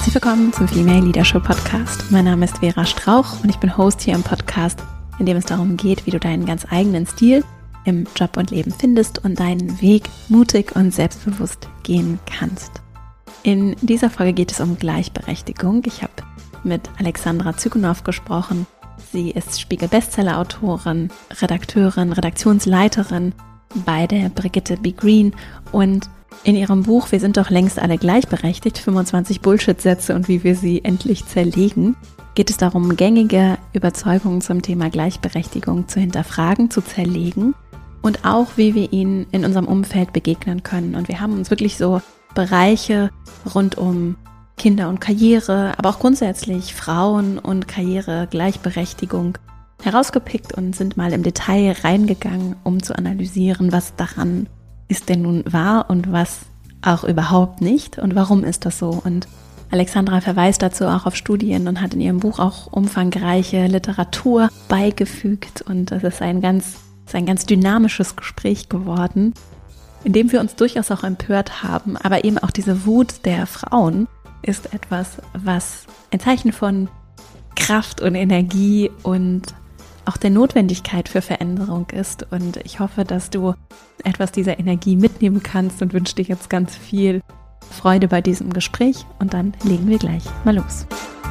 Herzlich willkommen zum Female Leadership Podcast. Mein Name ist Vera Strauch und ich bin Host hier im Podcast, in dem es darum geht, wie du deinen ganz eigenen Stil im Job und Leben findest und deinen Weg mutig und selbstbewusst gehen kannst. In dieser Folge geht es um Gleichberechtigung. Ich habe mit Alexandra Zykunow gesprochen. Sie ist Spiegel-Bestseller-Autorin, Redakteurin, Redaktionsleiterin bei der Brigitte B. Green und in ihrem Buch Wir sind doch längst alle gleichberechtigt, 25 Bullshit-Sätze und wie wir sie endlich zerlegen, geht es darum, gängige Überzeugungen zum Thema Gleichberechtigung zu hinterfragen, zu zerlegen und auch, wie wir ihnen in unserem Umfeld begegnen können. Und wir haben uns wirklich so Bereiche rund um Kinder und Karriere, aber auch grundsätzlich Frauen und Karriere, Gleichberechtigung herausgepickt und sind mal im Detail reingegangen, um zu analysieren, was daran ist denn nun wahr und was auch überhaupt nicht und warum ist das so. Und Alexandra verweist dazu auch auf Studien und hat in ihrem Buch auch umfangreiche Literatur beigefügt und das ist ein ganz dynamisches Gespräch geworden, in dem wir uns durchaus auch empört haben, aber eben auch diese Wut der Frauen ist etwas, was ein Zeichen von Kraft und Energie und auch der Notwendigkeit für Veränderung ist. Und ich hoffe, dass du etwas dieser Energie mitnehmen kannst und wünsche dir jetzt ganz viel Freude bei diesem Gespräch. Und dann legen wir gleich mal los.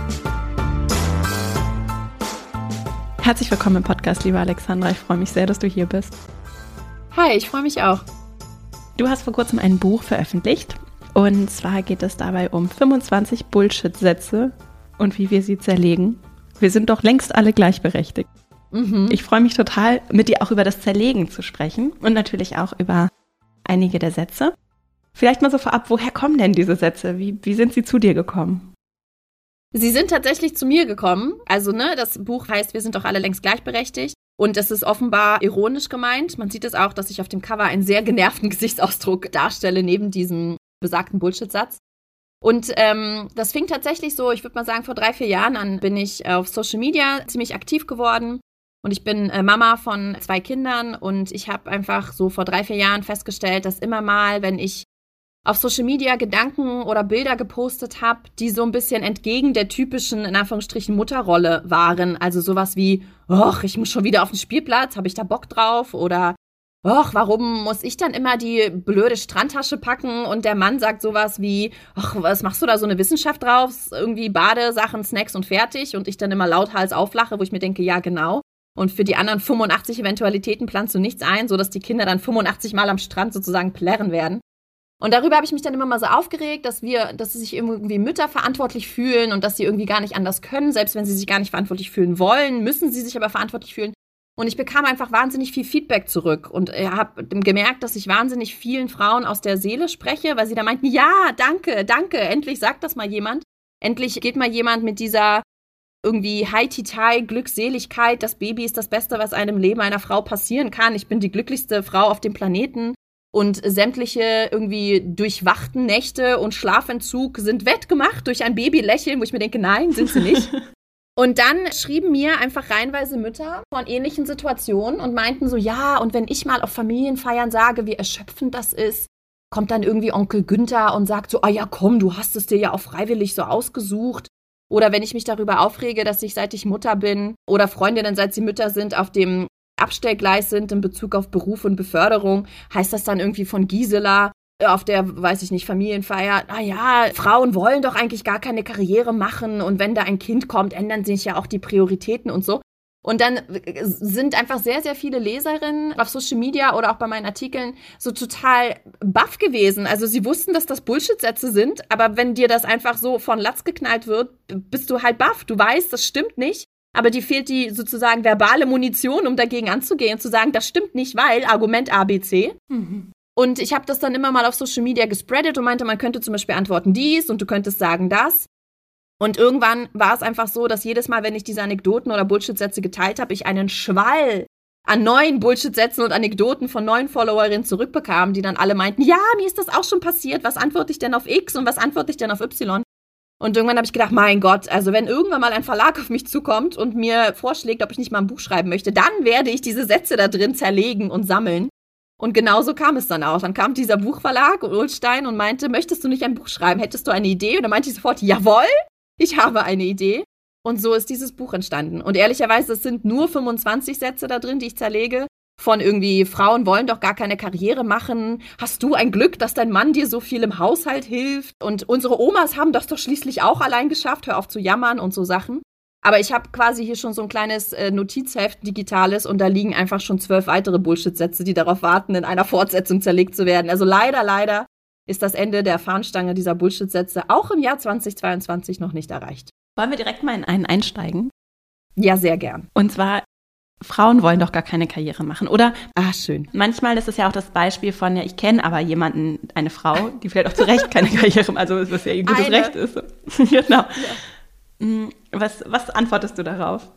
Herzlich willkommen im Podcast, liebe Alexandra. Ich freue mich sehr, dass du hier bist. Hi, ich freue mich auch. Du hast vor kurzem ein Buch veröffentlicht. Und zwar geht es dabei um 25 Bullshit-Sätze und wie wir sie zerlegen. Wir sind doch längst alle gleichberechtigt. Ich freue mich total, mit dir auch über das Zerlegen zu sprechen und natürlich auch über einige der Sätze. Vielleicht mal so vorab, woher kommen denn diese Sätze? Wie sind sie zu dir gekommen? Sie sind tatsächlich zu mir gekommen. Also, das Buch heißt Wir sind doch alle längst gleichberechtigt. Und das ist offenbar ironisch gemeint. Man sieht es auch, dass ich auf dem Cover einen sehr genervten Gesichtsausdruck darstelle, neben diesem besagten Bullshit-Satz. Und das fing tatsächlich so, ich würde mal sagen, vor 3-4 Jahren an bin ich auf Social Media ziemlich aktiv geworden. Und ich bin Mama von 2 Kindern und ich habe einfach so vor 3-4 Jahren festgestellt, dass immer mal, wenn ich auf Social Media Gedanken oder Bilder gepostet habe, die so ein bisschen entgegen der typischen, in Anführungsstrichen, Mutterrolle waren. Also sowas wie, ich muss schon wieder auf den Spielplatz, habe ich da Bock drauf? Oder, warum muss ich dann immer die blöde Strandtasche packen? Und der Mann sagt sowas wie, was machst du da so eine Wissenschaft drauf? Irgendwie Badesachen, Snacks und fertig. Und ich dann immer lauthals auflache, wo ich mir denke, ja genau. Und für die anderen 85 Eventualitäten planst du nichts ein, sodass die Kinder dann 85 Mal am Strand sozusagen plärren werden. Und darüber habe ich mich dann immer mal so aufgeregt, dass sie sich irgendwie Mütter verantwortlich fühlen und dass sie irgendwie gar nicht anders können. Selbst wenn sie sich gar nicht verantwortlich fühlen wollen, müssen sie sich aber verantwortlich fühlen. Und ich bekam einfach wahnsinnig viel Feedback zurück und habe gemerkt, dass ich wahnsinnig vielen Frauen aus der Seele spreche, weil sie da meinten, ja, danke, endlich sagt das mal jemand. Endlich geht mal jemand mit dieser irgendwie High-Titai, Glückseligkeit, das Baby ist das Beste, was einem Leben einer Frau passieren kann. Ich bin die glücklichste Frau auf dem Planeten und sämtliche irgendwie durchwachten Nächte und Schlafentzug sind wettgemacht durch ein Babylächeln, wo ich mir denke, nein, sind sie nicht. Und dann schrieben mir einfach reihenweise Mütter von ähnlichen Situationen und meinten so, ja, und wenn ich mal auf Familienfeiern sage, wie erschöpfend das ist, kommt dann irgendwie Onkel Günther und sagt so, ja komm, du hast es dir ja auch freiwillig so ausgesucht. Oder wenn ich mich darüber aufrege, dass ich, seit ich Mutter bin oder Freundinnen, seit sie Mütter sind, auf dem Abstellgleis sind in Bezug auf Beruf und Beförderung, heißt das dann irgendwie von Gisela auf der, weiß ich nicht, Familienfeier, Frauen wollen doch eigentlich gar keine Karriere machen und wenn da ein Kind kommt, ändern sich ja auch die Prioritäten und so. Und dann sind einfach sehr, sehr viele Leserinnen auf Social Media oder auch bei meinen Artikeln so total baff gewesen. Also sie wussten, dass das Bullshit-Sätze sind, aber wenn dir das einfach so von Latz geknallt wird, bist du halt baff. Du weißt, das stimmt nicht, aber dir fehlt die sozusagen verbale Munition, um dagegen anzugehen und zu sagen, das stimmt nicht, weil Argument ABC. Und ich habe das dann immer mal auf Social Media gespreadet und meinte, man könnte zum Beispiel antworten dies und du könntest sagen das. Und irgendwann war es einfach so, dass jedes Mal, wenn ich diese Anekdoten oder Bullshit-Sätze geteilt habe, ich einen Schwall an neuen Bullshit-Sätzen und Anekdoten von neuen Followerinnen zurückbekam, die dann alle meinten, ja, mir ist das auch schon passiert, was antworte ich denn auf X und was antworte ich denn auf Y? Und irgendwann habe ich gedacht, mein Gott, also wenn irgendwann mal ein Verlag auf mich zukommt und mir vorschlägt, ob ich nicht mal ein Buch schreiben möchte, dann werde ich diese Sätze da drin zerlegen und sammeln. Und genauso kam es dann auch. Dann kam dieser Buchverlag Ullstein und meinte, möchtest du nicht ein Buch schreiben? Hättest du eine Idee? Und dann meinte ich sofort, jawohl, ich habe eine Idee. Und so ist dieses Buch entstanden. Und ehrlicherweise, es sind nur 25 Sätze da drin, die ich zerlege. Von irgendwie, Frauen wollen doch gar keine Karriere machen. Hast du ein Glück, dass dein Mann dir so viel im Haushalt hilft? Und unsere Omas haben das doch schließlich auch allein geschafft. Hör auf zu jammern und so Sachen. Aber ich habe quasi hier schon so ein kleines Notizheft, digitales, und da liegen einfach schon 12 weitere Bullshit-Sätze, die darauf warten, in einer Fortsetzung zerlegt zu werden. Also leider ist das Ende der Fahnenstange dieser Bullshit-Sätze auch im Jahr 2022 noch nicht erreicht. Wollen wir direkt mal in einen einsteigen? Ja, sehr gern. Und zwar, Frauen wollen doch gar keine Karriere machen, oder? Ah, schön. Manchmal ist es ja auch das Beispiel von, ja, ich kenne aber jemanden, eine Frau, die vielleicht auch zu Recht keine Karriere macht, also was ja ihr gutes Recht ist. Genau. Ja. Was antwortest du darauf?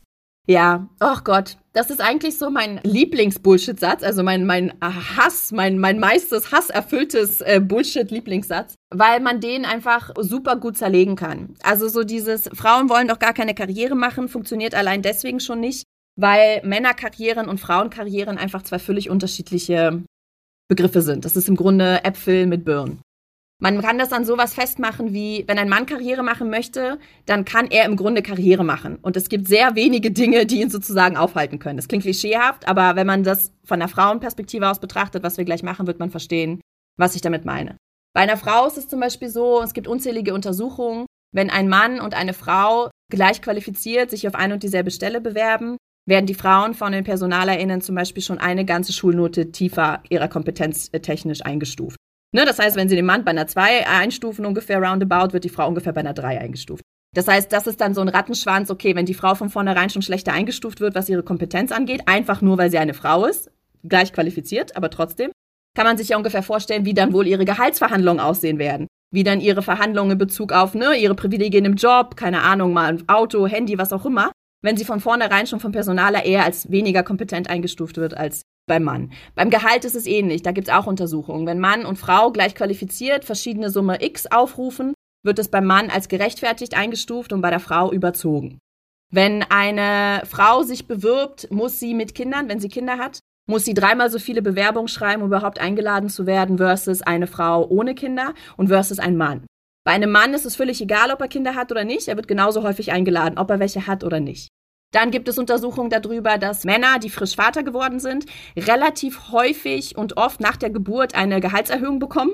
Ja, oh Gott, das ist eigentlich so mein Lieblings-Bullshit-Satz, also mein Hass, mein meistes hasserfülltes Bullshit-Lieblingssatz, weil man den einfach super gut zerlegen kann. Also so dieses, Frauen wollen doch gar keine Karriere machen, funktioniert allein deswegen schon nicht, weil Männerkarrieren und Frauenkarrieren einfach zwei völlig unterschiedliche Begriffe sind. Das ist im Grunde Äpfel mit Birnen. Man kann das an sowas festmachen wie, wenn ein Mann Karriere machen möchte, dann kann er im Grunde Karriere machen. Und es gibt sehr wenige Dinge, die ihn sozusagen aufhalten können. Das klingt klischeehaft, aber wenn man das von der Frauenperspektive aus betrachtet, was wir gleich machen, wird man verstehen, was ich damit meine. Bei einer Frau ist es zum Beispiel so, es gibt unzählige Untersuchungen, wenn ein Mann und eine Frau gleich qualifiziert sich auf eine und dieselbe Stelle bewerben, werden die Frauen von den PersonalerInnen zum Beispiel schon eine ganze Schulnote tiefer ihrer Kompetenz technisch eingestuft. Ne, das heißt, wenn sie den Mann bei einer 2 einstufen, ungefähr roundabout, wird die Frau ungefähr bei einer 3 eingestuft. Das heißt, das ist dann so ein Rattenschwanz, okay, wenn die Frau von vornherein schon schlechter eingestuft wird, was ihre Kompetenz angeht, einfach nur, weil sie eine Frau ist, gleich qualifiziert, aber trotzdem, kann man sich ja ungefähr vorstellen, wie dann wohl ihre Gehaltsverhandlungen aussehen werden. Wie dann ihre Verhandlungen in Bezug auf ihre Privilegien im Job, keine Ahnung, mal ein Auto, Handy, was auch immer, wenn sie von vornherein schon vom Personaler eher als weniger kompetent eingestuft wird als beim Mann. Beim Gehalt ist es ähnlich, da gibt es auch Untersuchungen. Wenn Mann und Frau gleich qualifiziert verschiedene Summe X aufrufen, wird es beim Mann als gerechtfertigt eingestuft und bei der Frau überzogen. Wenn eine Frau sich bewirbt, muss sie mit Kindern, wenn sie Kinder hat, muss sie 3-mal so viele Bewerbungen schreiben, um überhaupt eingeladen zu werden, versus eine Frau ohne Kinder und versus ein Mann. Bei einem Mann ist es völlig egal, ob er Kinder hat oder nicht, er wird genauso häufig eingeladen, ob er welche hat oder nicht. Dann gibt es Untersuchungen darüber, dass Männer, die frisch Vater geworden sind, relativ häufig und oft nach der Geburt eine Gehaltserhöhung bekommen,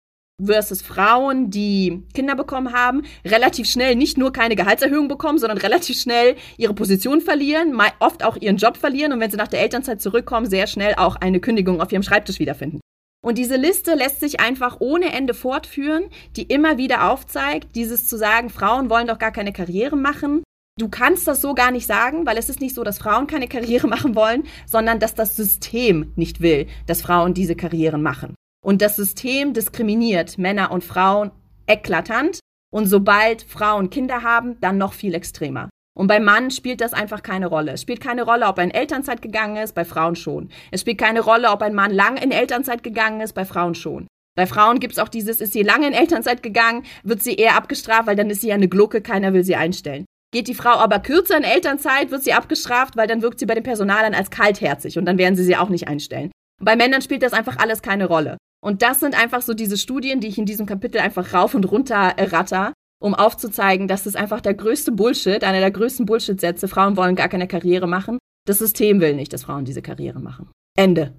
versus Frauen, die Kinder bekommen haben, relativ schnell nicht nur keine Gehaltserhöhung bekommen, sondern relativ schnell ihre Position verlieren, oft auch ihren Job verlieren und wenn sie nach der Elternzeit zurückkommen, sehr schnell auch eine Kündigung auf ihrem Schreibtisch wiederfinden. Und diese Liste lässt sich einfach ohne Ende fortführen, die immer wieder aufzeigt, dieses zu sagen, Frauen wollen doch gar keine Karriere machen. Du kannst das so gar nicht sagen, weil es ist nicht so, dass Frauen keine Karriere machen wollen, sondern dass das System nicht will, dass Frauen diese Karrieren machen. Und das System diskriminiert Männer und Frauen eklatant. Und sobald Frauen Kinder haben, dann noch viel extremer. Und beim Mann spielt das einfach keine Rolle. Es spielt keine Rolle, ob er in Elternzeit gegangen ist, bei Frauen schon. Es spielt keine Rolle, ob ein Mann lang in Elternzeit gegangen ist, bei Frauen schon. Bei Frauen gibt es auch dieses, ist sie lange in Elternzeit gegangen, wird sie eher abgestraft, weil dann ist sie ja eine Glucke, keiner will sie einstellen. Geht die Frau aber kürzer in Elternzeit, wird sie abgestraft, weil dann wirkt sie bei den Personalern als kaltherzig und dann werden sie auch nicht einstellen. Und bei Männern spielt das einfach alles keine Rolle. Und das sind einfach so diese Studien, die ich in diesem Kapitel einfach rauf und runter ratter, um aufzuzeigen, dass es einfach der größte Bullshit, einer der größten Bullshit-Sätze, Frauen wollen gar keine Karriere machen. Das System will nicht, dass Frauen diese Karriere machen. Ende.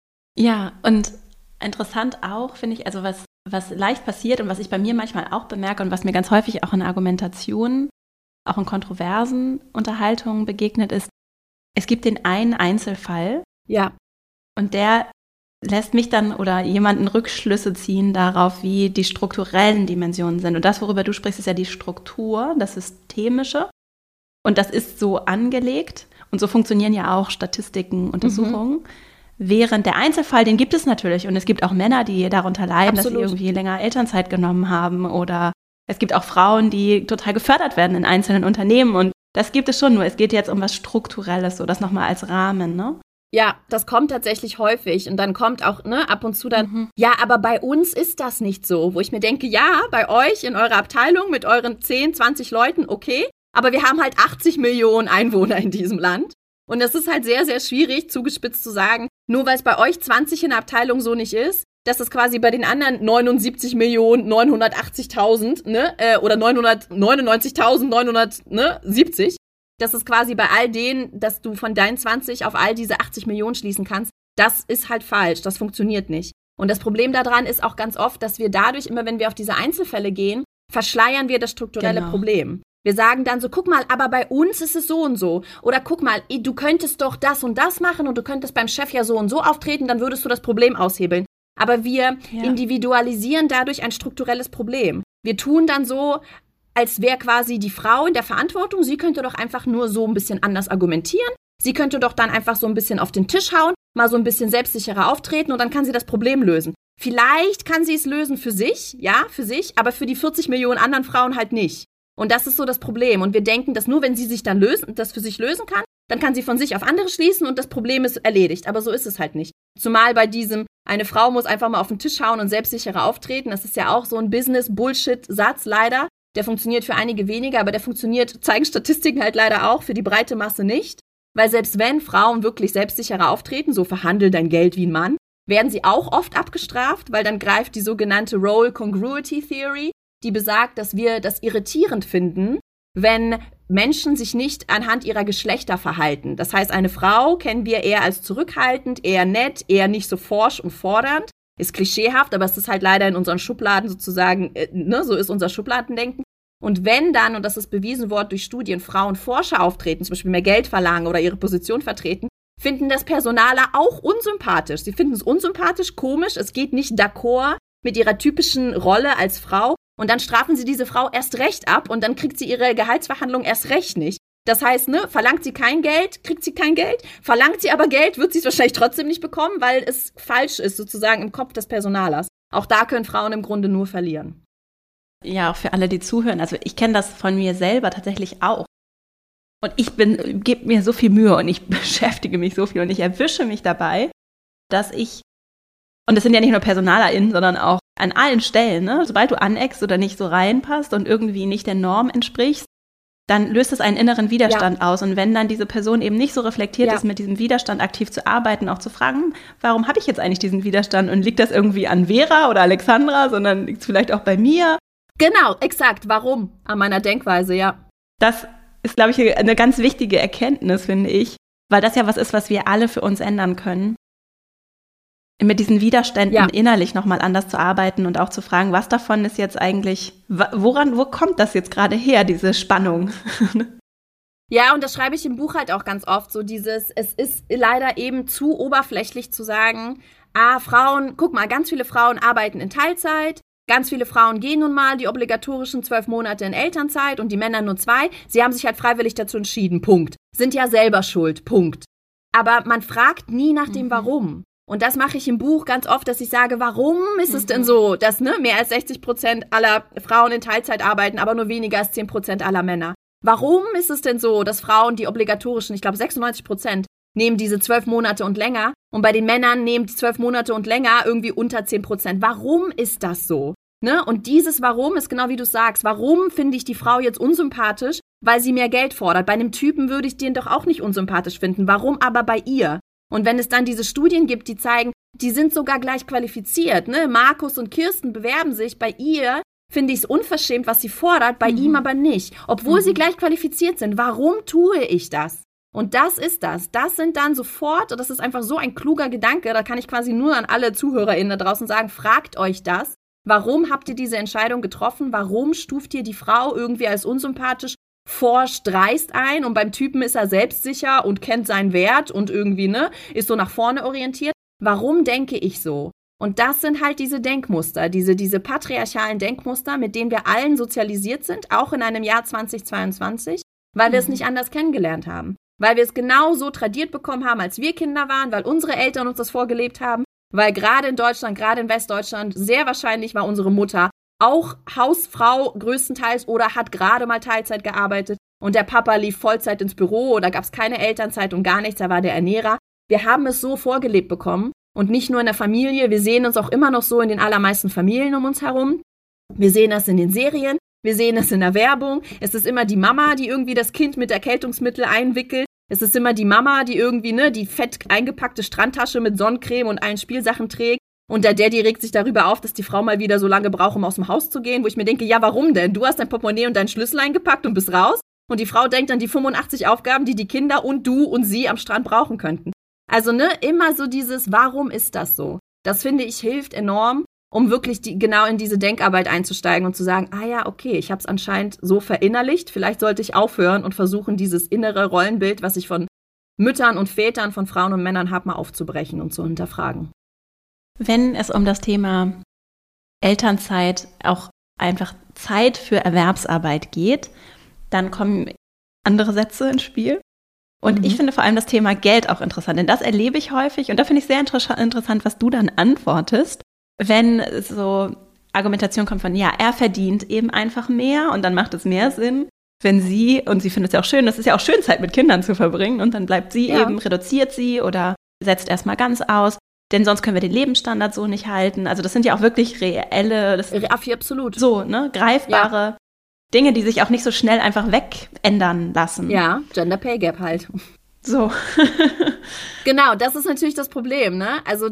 Ja, und interessant auch, finde ich, also was leicht passiert und was ich bei mir manchmal auch bemerke und was mir ganz häufig auch in Argumentationen, auch in kontroversen Unterhaltungen begegnet ist, es gibt den einen Einzelfall. Ja. Und der lässt mich dann oder jemanden Rückschlüsse ziehen darauf, wie die strukturellen Dimensionen sind. Und das, worüber du sprichst, ist ja die Struktur, das Systemische. Und das ist so angelegt. Und so funktionieren ja auch Statistiken, Untersuchungen. Während der Einzelfall, den gibt es natürlich. Und es gibt auch Männer, die darunter leiden, Absolut. Dass sie irgendwie länger Elternzeit genommen haben. Oder es gibt auch Frauen, die total gefördert werden in einzelnen Unternehmen. Und das gibt es schon, nur es geht jetzt um was Strukturelles, so das nochmal als Rahmen, ne? Ja, das kommt tatsächlich häufig und dann kommt auch ab und zu dann, ja, aber bei uns ist das nicht so, wo ich mir denke, ja, bei euch in eurer Abteilung mit euren 10, 20 Leuten, okay, aber wir haben halt 80 Millionen Einwohner in diesem Land und es ist halt sehr, sehr schwierig, zugespitzt zu sagen, Nur weil es bei euch 20 in der Abteilung so nicht ist, dass es quasi bei den anderen 79.980.000, ne, oder 999.970, dass es quasi bei all denen, dass du von deinen 20 auf all diese 80 Millionen schließen kannst, das ist halt falsch, das funktioniert nicht. Und das Problem daran ist auch ganz oft, dass wir dadurch, immer wenn wir auf diese Einzelfälle gehen, verschleiern wir das strukturelle Problem. Wir sagen dann so, guck mal, aber bei uns ist es so und so. Oder guck mal, du könntest doch das und das machen und du könntest beim Chef ja so und so auftreten, dann würdest du das Problem aushebeln. Aber wir individualisieren dadurch ein strukturelles Problem. Wir tun dann so, als wäre quasi die Frau in der Verantwortung. Sie könnte doch einfach nur so ein bisschen anders argumentieren. Sie könnte doch dann einfach so ein bisschen auf den Tisch hauen, mal so ein bisschen selbstsicherer auftreten und dann kann sie das Problem lösen. Vielleicht kann sie es lösen für sich, aber für die 40 Millionen anderen Frauen halt nicht. Und das ist so das Problem. Und wir denken, dass nur wenn sie sich dann das für sich lösen kann, dann kann sie von sich auf andere schließen und das Problem ist erledigt. Aber so ist es halt nicht. Zumal bei diesem, eine Frau muss einfach mal auf den Tisch hauen und selbstsicherer auftreten. Das ist ja auch so ein Business-Bullshit-Satz leider. Der funktioniert für einige weniger, aber der funktioniert, zeigen Statistiken halt leider auch, für die breite Masse nicht. Weil selbst wenn Frauen wirklich selbstsicherer auftreten, so verhandel dein Geld wie ein Mann, werden sie auch oft abgestraft, weil dann greift die sogenannte Role Congruity Theory, die besagt, dass wir das irritierend finden, wenn Menschen sich nicht anhand ihrer Geschlechter verhalten. Das heißt, eine Frau kennen wir eher als zurückhaltend, eher nett, eher nicht so forsch und fordernd. Ist klischeehaft, aber es ist halt leider in unseren Schubladen sozusagen, so ist unser Schubladendenken. Und wenn dann, und das ist bewiesen worden durch Studien, Frauen forscher auftreten, zum Beispiel mehr Geld verlangen oder ihre Position vertreten, finden das Personaler auch unsympathisch. Sie finden es unsympathisch, komisch, es geht nicht d'accord mit ihrer typischen Rolle als Frau. Und dann strafen sie diese Frau erst recht ab und dann kriegt sie ihre Gehaltsverhandlung erst recht nicht. Das heißt, verlangt sie kein Geld, kriegt sie kein Geld. Verlangt sie aber Geld, wird sie es wahrscheinlich trotzdem nicht bekommen, weil es falsch ist sozusagen im Kopf des Personalers. Auch da können Frauen im Grunde nur verlieren. Ja, auch für alle, die zuhören. Also ich kenne das von mir selber tatsächlich auch. Und ich gebe mir so viel Mühe und ich beschäftige mich so viel und ich erwische mich dabei, dass ich, und das sind ja nicht nur PersonalerInnen, sondern auch an allen Stellen, ne? Sobald du aneckst oder nicht so reinpasst und irgendwie nicht der Norm entsprichst, dann löst es einen inneren Widerstand aus. Und wenn dann diese Person eben nicht so reflektiert ist, mit diesem Widerstand aktiv zu arbeiten, auch zu fragen, warum habe ich jetzt eigentlich diesen Widerstand? Und liegt das irgendwie an Vera oder Alexandra, sondern liegt es vielleicht auch bei mir? Genau, exakt. Warum? An meiner Denkweise, ja. Das ist, glaube ich, eine ganz wichtige Erkenntnis, finde ich, weil das ja was ist, was wir alle für uns ändern können. Mit diesen Widerständen innerlich nochmal anders zu arbeiten und auch zu fragen, was davon ist jetzt eigentlich, wo kommt das jetzt gerade her, diese Spannung? Ja, und das schreibe ich im Buch halt auch ganz oft, so es ist leider eben zu oberflächlich zu sagen, Frauen, guck mal, ganz viele Frauen arbeiten in Teilzeit, ganz viele Frauen gehen nun mal die obligatorischen 12 Monate in Elternzeit und die Männer nur 2, sie haben sich halt freiwillig dazu entschieden, Punkt. Sind ja selber schuld, Punkt. Aber man fragt nie nach dem Warum. Und das mache ich im Buch ganz oft, dass ich sage, warum ist es denn so, dass mehr als 60% aller Frauen in Teilzeit arbeiten, aber nur weniger als 10% aller Männer? Warum ist es denn so, dass Frauen die obligatorischen, ich glaube 96%, nehmen diese 12 Monate und länger und bei den Männern nehmen die 12 Monate und länger irgendwie unter 10%? Warum ist das so? Und dieses Warum ist genau wie du sagst. Warum finde ich die Frau jetzt unsympathisch? Weil sie mehr Geld fordert. Bei einem Typen würde ich den doch auch nicht unsympathisch finden. Warum aber bei ihr? Und wenn es dann diese Studien gibt, die zeigen, die sind sogar gleich qualifiziert, Markus und Kirsten bewerben sich, bei ihr finde ich es unverschämt, was sie fordert, bei ihm aber nicht. Obwohl sie gleich qualifiziert sind. Warum tue ich das? Und das ist das. Das sind dann sofort, und das ist einfach so ein kluger Gedanke, da kann ich quasi nur an alle ZuhörerInnen da draußen sagen, fragt euch das. Warum habt ihr diese Entscheidung getroffen? Warum stuft ihr die Frau irgendwie als unsympathisch, forsch, dreist ein und beim Typen ist er selbstsicher und kennt seinen Wert und irgendwie, ist so nach vorne orientiert. Warum denke ich so? Und das sind halt diese Denkmuster, diese patriarchalen Denkmuster, mit denen wir allen sozialisiert sind, auch in einem Jahr 2022, weil wir es nicht anders kennengelernt haben. Weil wir es genau so tradiert bekommen haben, als wir Kinder waren, weil unsere Eltern uns das vorgelebt haben, weil gerade in Deutschland, gerade in Westdeutschland, sehr wahrscheinlich war unsere Mutter auch Hausfrau größtenteils oder hat gerade mal Teilzeit gearbeitet und der Papa lief Vollzeit ins Büro oder gab es keine Elternzeit und gar nichts, er war der Ernährer. Wir haben es so vorgelebt bekommen und nicht nur in der Familie, wir sehen uns auch immer noch so in den allermeisten Familien um uns herum. Wir sehen das in den Serien, wir sehen das in der Werbung. Es ist immer die Mama, die irgendwie das Kind mit Erkältungsmittel einwickelt Es ist immer die Mama, die irgendwie, ne, die fett eingepackte Strandtasche mit Sonnencreme und allen Spielsachen trägt. Und der Daddy regt sich darüber auf, dass die Frau mal wieder so lange braucht, um aus dem Haus zu gehen, wo ich mir denke, ja, warum denn? Du hast dein Portemonnaie und deinen Schlüssel eingepackt und bist raus. Und die Frau denkt an die 85 Aufgaben, die die Kinder und du und sie am Strand brauchen könnten. Also, ne, immer so dieses, warum ist das so? Das, finde ich, hilft enorm, um wirklich genau in diese Denkarbeit einzusteigen und zu sagen, ah ja, okay, ich habe es anscheinend so verinnerlicht, vielleicht sollte ich aufhören und versuchen, dieses innere Rollenbild, was ich von Müttern und Vätern, von Frauen und Männern habe, mal aufzubrechen und zu hinterfragen. Wenn es um das Thema Elternzeit, auch einfach Zeit für Erwerbsarbeit geht, dann kommen andere Sätze ins Spiel. Und ich finde vor allem das Thema Geld auch interessant, denn das erlebe ich häufig. Und da finde ich sehr interessant, was du dann antwortest, wenn so Argumentation kommt von, ja, er verdient eben einfach mehr und dann macht es mehr Sinn, wenn sie, und sie findet es ja auch schön, das ist ja auch schön, Zeit mit Kindern zu verbringen und dann bleibt sie eben, reduziert sie oder setzt erstmal ganz aus. Denn sonst können wir den Lebensstandard so nicht halten. Also das sind ja auch wirklich reelle, absolut. So, ne, greifbare Dinge, die sich auch nicht so schnell einfach wegändern lassen. Ja, Gender Pay Gap halt. So. Genau, das ist natürlich das Problem, ne? Also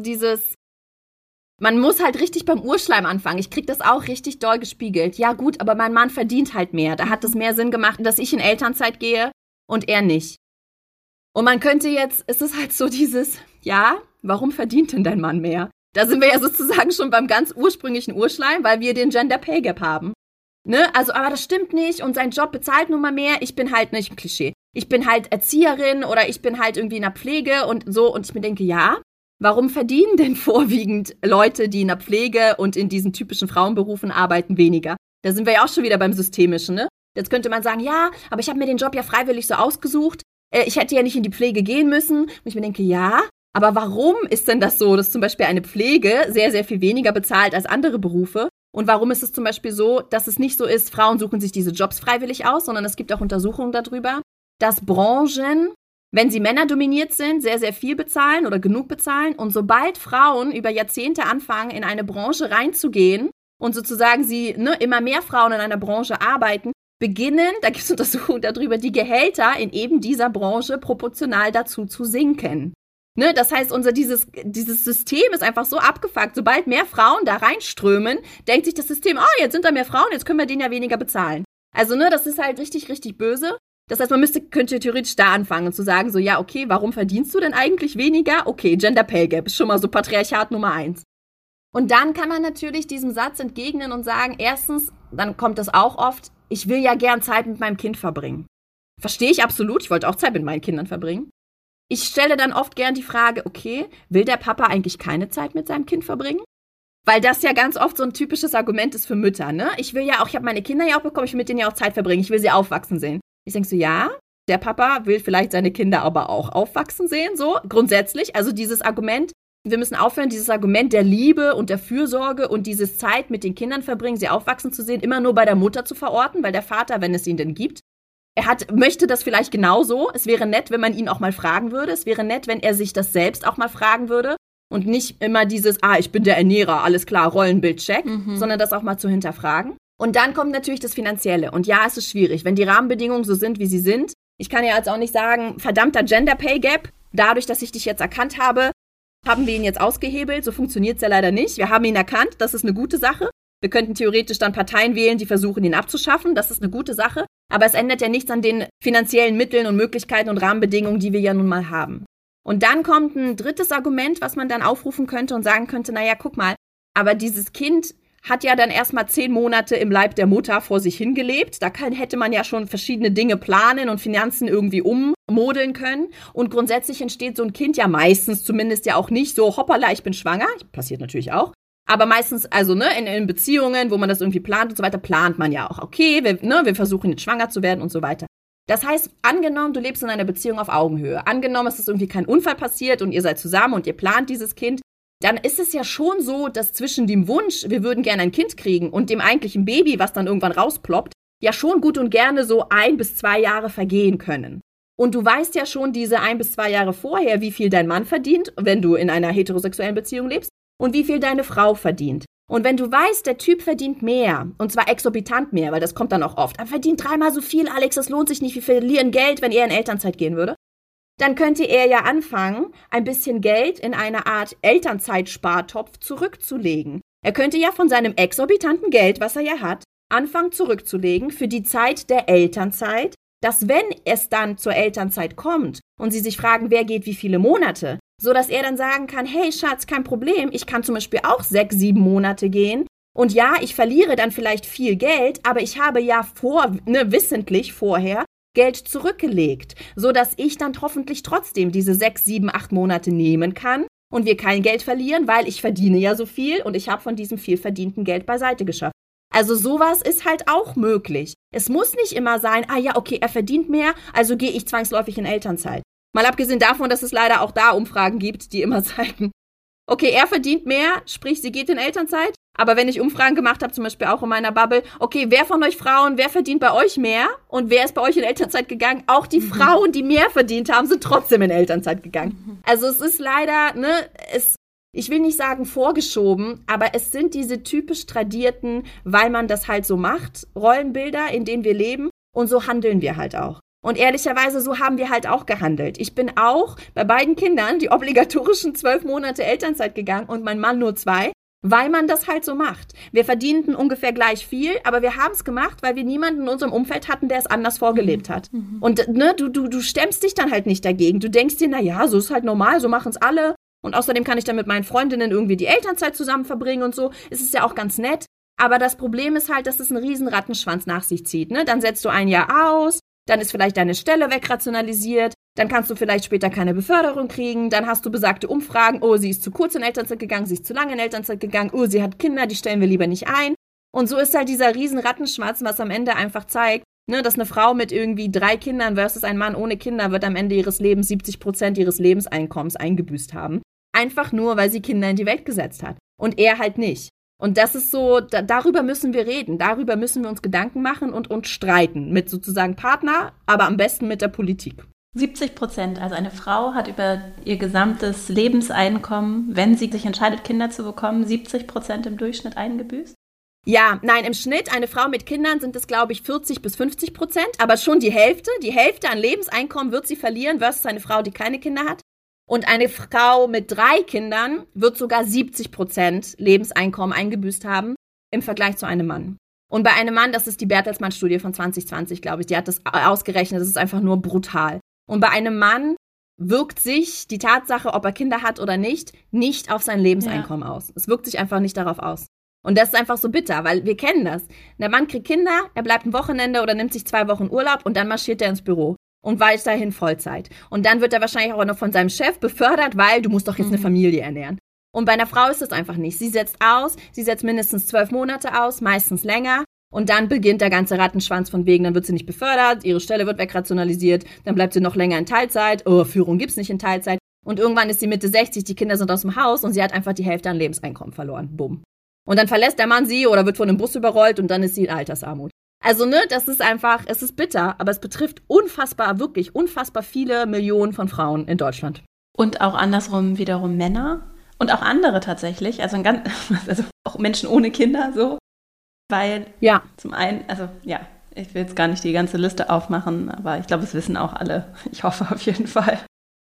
man muss halt richtig beim Urschleim anfangen. Ich krieg das auch richtig doll gespiegelt. Ja gut, aber mein Mann verdient halt mehr. Da hat es mehr Sinn gemacht, dass ich in Elternzeit gehe und er nicht. Und man könnte jetzt, es ist halt so dieses, ja, warum verdient denn dein Mann mehr? Da sind wir ja sozusagen schon beim ganz ursprünglichen Urschleim, weil wir den Gender Pay Gap haben. Ne? Also, aber das stimmt nicht und sein Job bezahlt nun mal mehr. Ich bin halt nicht ein Klischee. Ich bin halt Erzieherin oder ich bin halt irgendwie in der Pflege und so. Und ich mir denke, ja, warum verdienen denn vorwiegend Leute, die in der Pflege und in diesen typischen Frauenberufen arbeiten, weniger? Da sind wir ja auch schon wieder beim Systemischen, ne? Jetzt könnte man sagen, ja, aber ich habe mir den Job ja freiwillig so ausgesucht. Ich hätte ja nicht in die Pflege gehen müssen. Und ich mir denke, ja, aber warum ist denn das so, dass zum Beispiel eine Pflege sehr, sehr viel weniger bezahlt als andere Berufe? Und warum ist es zum Beispiel so, dass es nicht so ist, Frauen suchen sich diese Jobs freiwillig aus, sondern es gibt auch Untersuchungen darüber, dass Branchen, wenn sie männerdominiert sind, sehr, sehr viel bezahlen oder genug bezahlen. Und sobald Frauen über Jahrzehnte anfangen, in eine Branche reinzugehen und sozusagen immer mehr Frauen in einer Branche arbeiten, beginnen, da gibt es Untersuchungen darüber, die Gehälter in eben dieser Branche proportional dazu zu sinken. Ne, das heißt, dieses System ist einfach so abgefuckt. Sobald mehr Frauen da reinströmen, denkt sich das System, oh, jetzt sind da mehr Frauen, jetzt können wir denen ja weniger bezahlen. Also, ne, das ist halt richtig, richtig böse. Das heißt, könnte theoretisch da anfangen und zu sagen, so, ja, okay, warum verdienst du denn eigentlich weniger? Okay, Gender Pay Gap ist schon mal so Patriarchat Nummer 1. Und dann kann man natürlich diesem Satz entgegnen und sagen, erstens, dann kommt das auch oft, ich will ja gern Zeit mit meinem Kind verbringen. Verstehe ich absolut, ich wollte auch Zeit mit meinen Kindern verbringen. Ich stelle dann oft gern die Frage, okay, will der Papa eigentlich keine Zeit mit seinem Kind verbringen? Weil das ja ganz oft so ein typisches Argument ist für Mütter, ne? Ich habe meine Kinder ja auch bekommen, ich will mit denen ja auch Zeit verbringen, ich will sie aufwachsen sehen. Ich denke so, ja, der Papa will vielleicht seine Kinder aber auch aufwachsen sehen, so grundsätzlich. Also dieses Argument, wir müssen aufhören, dieses Argument der Liebe und der Fürsorge und dieses Zeit mit den Kindern verbringen, sie aufwachsen zu sehen, immer nur bei der Mutter zu verorten, weil der Vater, wenn es ihn denn gibt, möchte das vielleicht genauso. Es wäre nett, wenn man ihn auch mal fragen würde. Es wäre nett, wenn er sich das selbst auch mal fragen würde und nicht immer dieses, ich bin der Ernährer, alles klar, Rollenbild check, sondern das auch mal zu hinterfragen. Und dann kommt natürlich das Finanzielle. Und ja, es ist schwierig, wenn die Rahmenbedingungen so sind, wie sie sind. Ich kann ja jetzt auch nicht sagen, verdammter Gender Pay Gap, dadurch, dass ich dich jetzt erkannt habe, haben wir ihn jetzt ausgehebelt. So funktioniert es ja leider nicht. Wir haben ihn erkannt, das ist eine gute Sache. Wir könnten theoretisch dann Parteien wählen, die versuchen, ihn abzuschaffen. Das ist eine gute Sache. Aber es ändert ja nichts an den finanziellen Mitteln und Möglichkeiten und Rahmenbedingungen, die wir ja nun mal haben. Und dann kommt ein drittes Argument, was man dann aufrufen könnte und sagen könnte, naja, guck mal, aber dieses Kind hat ja dann erstmal 10 Monate im Leib der Mutter vor sich hingelebt. Da hätte man ja schon verschiedene Dinge planen und Finanzen irgendwie ummodeln können. Und grundsätzlich entsteht so ein Kind ja meistens zumindest ja auch nicht so, hoppala, ich bin schwanger. Passiert natürlich auch. Aber meistens, also in Beziehungen, wo man das irgendwie plant und so weiter, plant man ja auch. Okay, wir versuchen jetzt schwanger zu werden und so weiter. Das heißt, angenommen, du lebst in einer Beziehung auf Augenhöhe. Angenommen, es ist irgendwie kein Unfall passiert und ihr seid zusammen und ihr plant dieses Kind. Dann ist es ja schon so, dass zwischen dem Wunsch, wir würden gerne ein Kind kriegen, und dem eigentlichen Baby, was dann irgendwann rausploppt, ja schon gut und gerne so 1 bis 2 Jahre vergehen können. Und du weißt ja schon diese 1 bis 2 Jahre vorher, wie viel dein Mann verdient, wenn du in einer heterosexuellen Beziehung lebst, und wie viel deine Frau verdient. Und wenn du weißt, der Typ verdient mehr, und zwar exorbitant mehr, weil das kommt dann auch oft, er verdient 3-mal so viel, Alex, das lohnt sich nicht, wir verlieren Geld, wenn er in Elternzeit gehen würde, dann könnte er ja anfangen, ein bisschen Geld in eine Art Elternzeitspartopf zurückzulegen. Er könnte ja von seinem exorbitanten Geld, was er ja hat, anfangen zurückzulegen für die Zeit der Elternzeit, dass wenn es dann zur Elternzeit kommt und sie sich fragen, wer geht wie viele Monate, so dass er dann sagen kann, hey Schatz, kein Problem, ich kann zum Beispiel auch 6, 7 Monate gehen und ja, ich verliere dann vielleicht viel Geld, aber ich habe ja wissentlich vorher Geld zurückgelegt, so dass ich dann hoffentlich trotzdem diese 6, 7, 8 Monate nehmen kann und wir kein Geld verlieren, weil ich verdiene ja so viel und ich habe von diesem viel verdienten Geld beiseite geschafft. Also sowas ist halt auch möglich. Es muss nicht immer sein, okay, er verdient mehr, also gehe ich zwangsläufig in Elternzeit. Mal abgesehen davon, dass es leider auch da Umfragen gibt, die immer zeigen, okay, er verdient mehr, sprich, sie geht in Elternzeit. Aber wenn ich Umfragen gemacht habe, zum Beispiel auch in meiner Bubble, okay, wer von euch Frauen, wer verdient bei euch mehr und wer ist bei euch in Elternzeit gegangen? Auch die Frauen, die mehr verdient haben, sind trotzdem in Elternzeit gegangen. Also es ist leider, ich will nicht sagen vorgeschoben, aber es sind diese typisch tradierten, weil man das halt so macht, Rollenbilder, in denen wir leben und so handeln wir halt auch. Und ehrlicherweise, so haben wir halt auch gehandelt. Ich bin auch bei beiden Kindern die obligatorischen 12 Monate Elternzeit gegangen und mein Mann nur 2, weil man das halt so macht. Wir verdienten ungefähr gleich viel, aber wir haben es gemacht, weil wir niemanden in unserem Umfeld hatten, der es anders vorgelebt hat. Und du stemmst dich dann halt nicht dagegen. Du denkst dir, naja, so ist halt normal, so machen es alle. Und außerdem kann ich dann mit meinen Freundinnen irgendwie die Elternzeit zusammen verbringen und so. Es ist ja auch ganz nett. Aber das Problem ist halt, dass es einen riesen Rattenschwanz nach sich zieht. Ne? Dann setzt du ein Jahr aus, dann ist vielleicht deine Stelle wegrationalisiert, dann kannst du vielleicht später keine Beförderung kriegen, dann hast du besagte Umfragen, oh, sie ist zu kurz in Elternzeit gegangen, sie ist zu lange in Elternzeit gegangen, oh, sie hat Kinder, die stellen wir lieber nicht ein. Und so ist halt dieser riesen Rattenschwanz, was am Ende einfach zeigt, dass eine Frau mit irgendwie 3 Kindern versus ein Mann ohne Kinder wird am Ende ihres Lebens 70% ihres Lebenseinkommens eingebüßt haben. Einfach nur, weil sie Kinder in die Welt gesetzt hat. Und er halt nicht. Und das ist so, darüber müssen wir reden, darüber müssen wir uns Gedanken machen und streiten mit sozusagen Partner, aber am besten mit der Politik. 70%, also eine Frau hat über ihr gesamtes Lebenseinkommen, wenn sie sich entscheidet, Kinder zu bekommen, 70% im Durchschnitt eingebüßt? Ja, nein, im Schnitt, eine Frau mit Kindern sind es, glaube ich, 40-50%, aber schon die Hälfte an Lebenseinkommen wird sie verlieren versus eine Frau, die keine Kinder hat. Und eine Frau mit 3 Kindern wird sogar 70% Lebenseinkommen eingebüßt haben im Vergleich zu einem Mann. Und bei einem Mann, das ist die Bertelsmann-Studie von 2020, glaube ich, die hat das ausgerechnet, das ist einfach nur brutal. Und bei einem Mann wirkt sich die Tatsache, ob er Kinder hat oder nicht auf sein Lebenseinkommen aus. Es wirkt sich einfach nicht darauf aus. Und das ist einfach so bitter, weil wir kennen das. Der Mann kriegt Kinder, er bleibt ein Wochenende oder nimmt sich 2 Wochen Urlaub und dann marschiert er ins Büro. Und weiterhin Vollzeit. Und dann wird er wahrscheinlich auch noch von seinem Chef befördert, weil du musst doch jetzt eine Familie ernähren. Und bei einer Frau ist das einfach nicht. Sie setzt mindestens 12 Monate aus, meistens länger. Und dann beginnt der ganze Rattenschwanz von wegen, dann wird sie nicht befördert, ihre Stelle wird wegrationalisiert, dann bleibt sie noch länger in Teilzeit, Führung gibt's nicht in Teilzeit. Und irgendwann ist sie Mitte 60, die Kinder sind aus dem Haus und sie hat einfach die Hälfte an Lebenseinkommen verloren. Bumm. Und dann verlässt der Mann sie oder wird von einem Bus überrollt und dann ist sie in Altersarmut. Also, das ist einfach, es ist bitter, aber es betrifft wirklich unfassbar viele Millionen von Frauen in Deutschland. Und auch andersrum wiederum Männer und auch andere tatsächlich, also auch Menschen ohne Kinder so, weil zum einen, ich will jetzt gar nicht die ganze Liste aufmachen, aber ich glaube, es wissen auch alle, ich hoffe auf jeden Fall.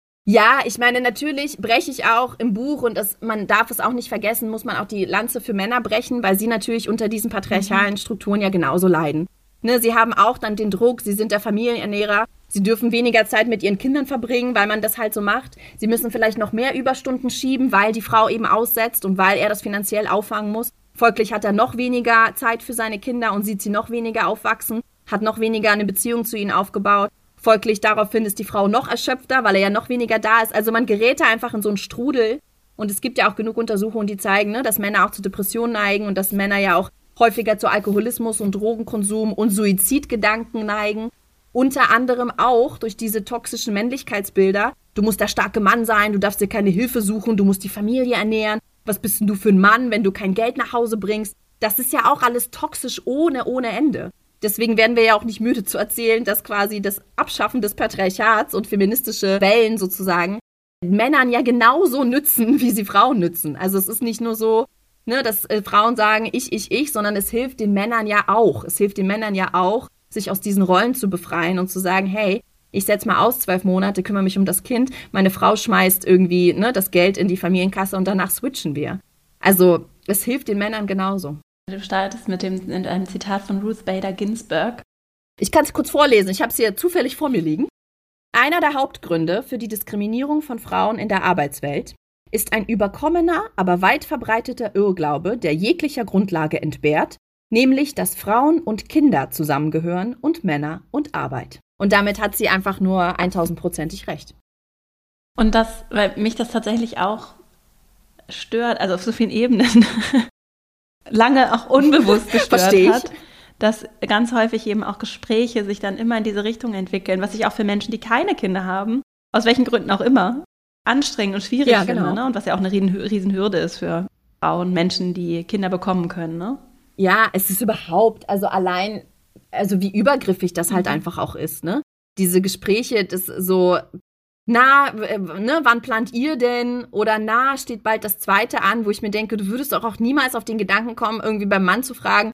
Ja, ich meine, natürlich breche ich auch im Buch und man darf es auch nicht vergessen, muss man auch die Lanze für Männer brechen, weil sie natürlich unter diesen patriarchalen Strukturen ja genauso leiden. Sie haben auch dann den Druck, sie sind der Familienernährer, sie dürfen weniger Zeit mit ihren Kindern verbringen, weil man das halt so macht. Sie müssen vielleicht noch mehr Überstunden schieben, weil die Frau eben aussetzt und weil er das finanziell auffangen muss. Folglich hat er noch weniger Zeit für seine Kinder und sieht sie noch weniger aufwachsen, hat noch weniger eine Beziehung zu ihnen aufgebaut. Folglich daraufhin ist die Frau noch erschöpfter, weil er ja noch weniger da ist. Also man gerät da einfach in so einen Strudel. Und es gibt ja auch genug Untersuchungen, die zeigen, dass Männer auch zu Depressionen neigen und dass Männer ja auch häufiger zu Alkoholismus und Drogenkonsum und Suizidgedanken neigen. Unter anderem auch durch diese toxischen Männlichkeitsbilder. Du musst der starke Mann sein, du darfst dir keine Hilfe suchen, du musst die Familie ernähren. Was bist denn du für ein Mann, wenn du kein Geld nach Hause bringst? Das ist ja auch alles toxisch ohne Ende. Deswegen werden wir ja auch nicht müde zu erzählen, dass quasi das Abschaffen des Patriarchats und feministische Wellen sozusagen Männern ja genauso nützen, wie sie Frauen nützen. Also es ist nicht nur so, dass Frauen sagen, ich, sondern es hilft den Männern ja auch. Es hilft den Männern ja auch, sich aus diesen Rollen zu befreien und zu sagen, hey, Ich setze mal aus 12 Monate, kümmere mich um das Kind. Meine Frau schmeißt irgendwie das Geld in die Familienkasse und danach switchen wir. Also es hilft den Männern genauso. Du startest mit einem Zitat von Ruth Bader Ginsburg. Ich kann es kurz vorlesen, ich habe es hier zufällig vor mir liegen. Einer der Hauptgründe für die Diskriminierung von Frauen in der Arbeitswelt ist ein überkommener, aber weit verbreiteter Irrglaube, der jeglicher Grundlage entbehrt, nämlich, dass Frauen und Kinder zusammengehören und Männer und Arbeit. Und damit hat sie einfach nur 1000%ig recht. Und weil mich das tatsächlich auch stört, also auf so vielen Ebenen, lange auch unbewusst gestört hat, dass ganz häufig eben auch Gespräche sich dann immer in diese Richtung entwickeln, was ich auch für Menschen, die keine Kinder haben, aus welchen Gründen auch immer, anstrengend und schwierig finde. Genau. Ne? Und was ja auch eine Riesenhürde ist für Frauen, Menschen, die Kinder bekommen können. Ne? Ja, es ist überhaupt, also wie übergriffig das halt einfach auch ist. Ne? Diese Gespräche, das so, wann plant ihr denn? Oder steht bald das zweite an, wo ich mir denke, du würdest doch auch niemals auf den Gedanken kommen, irgendwie beim Mann zu fragen,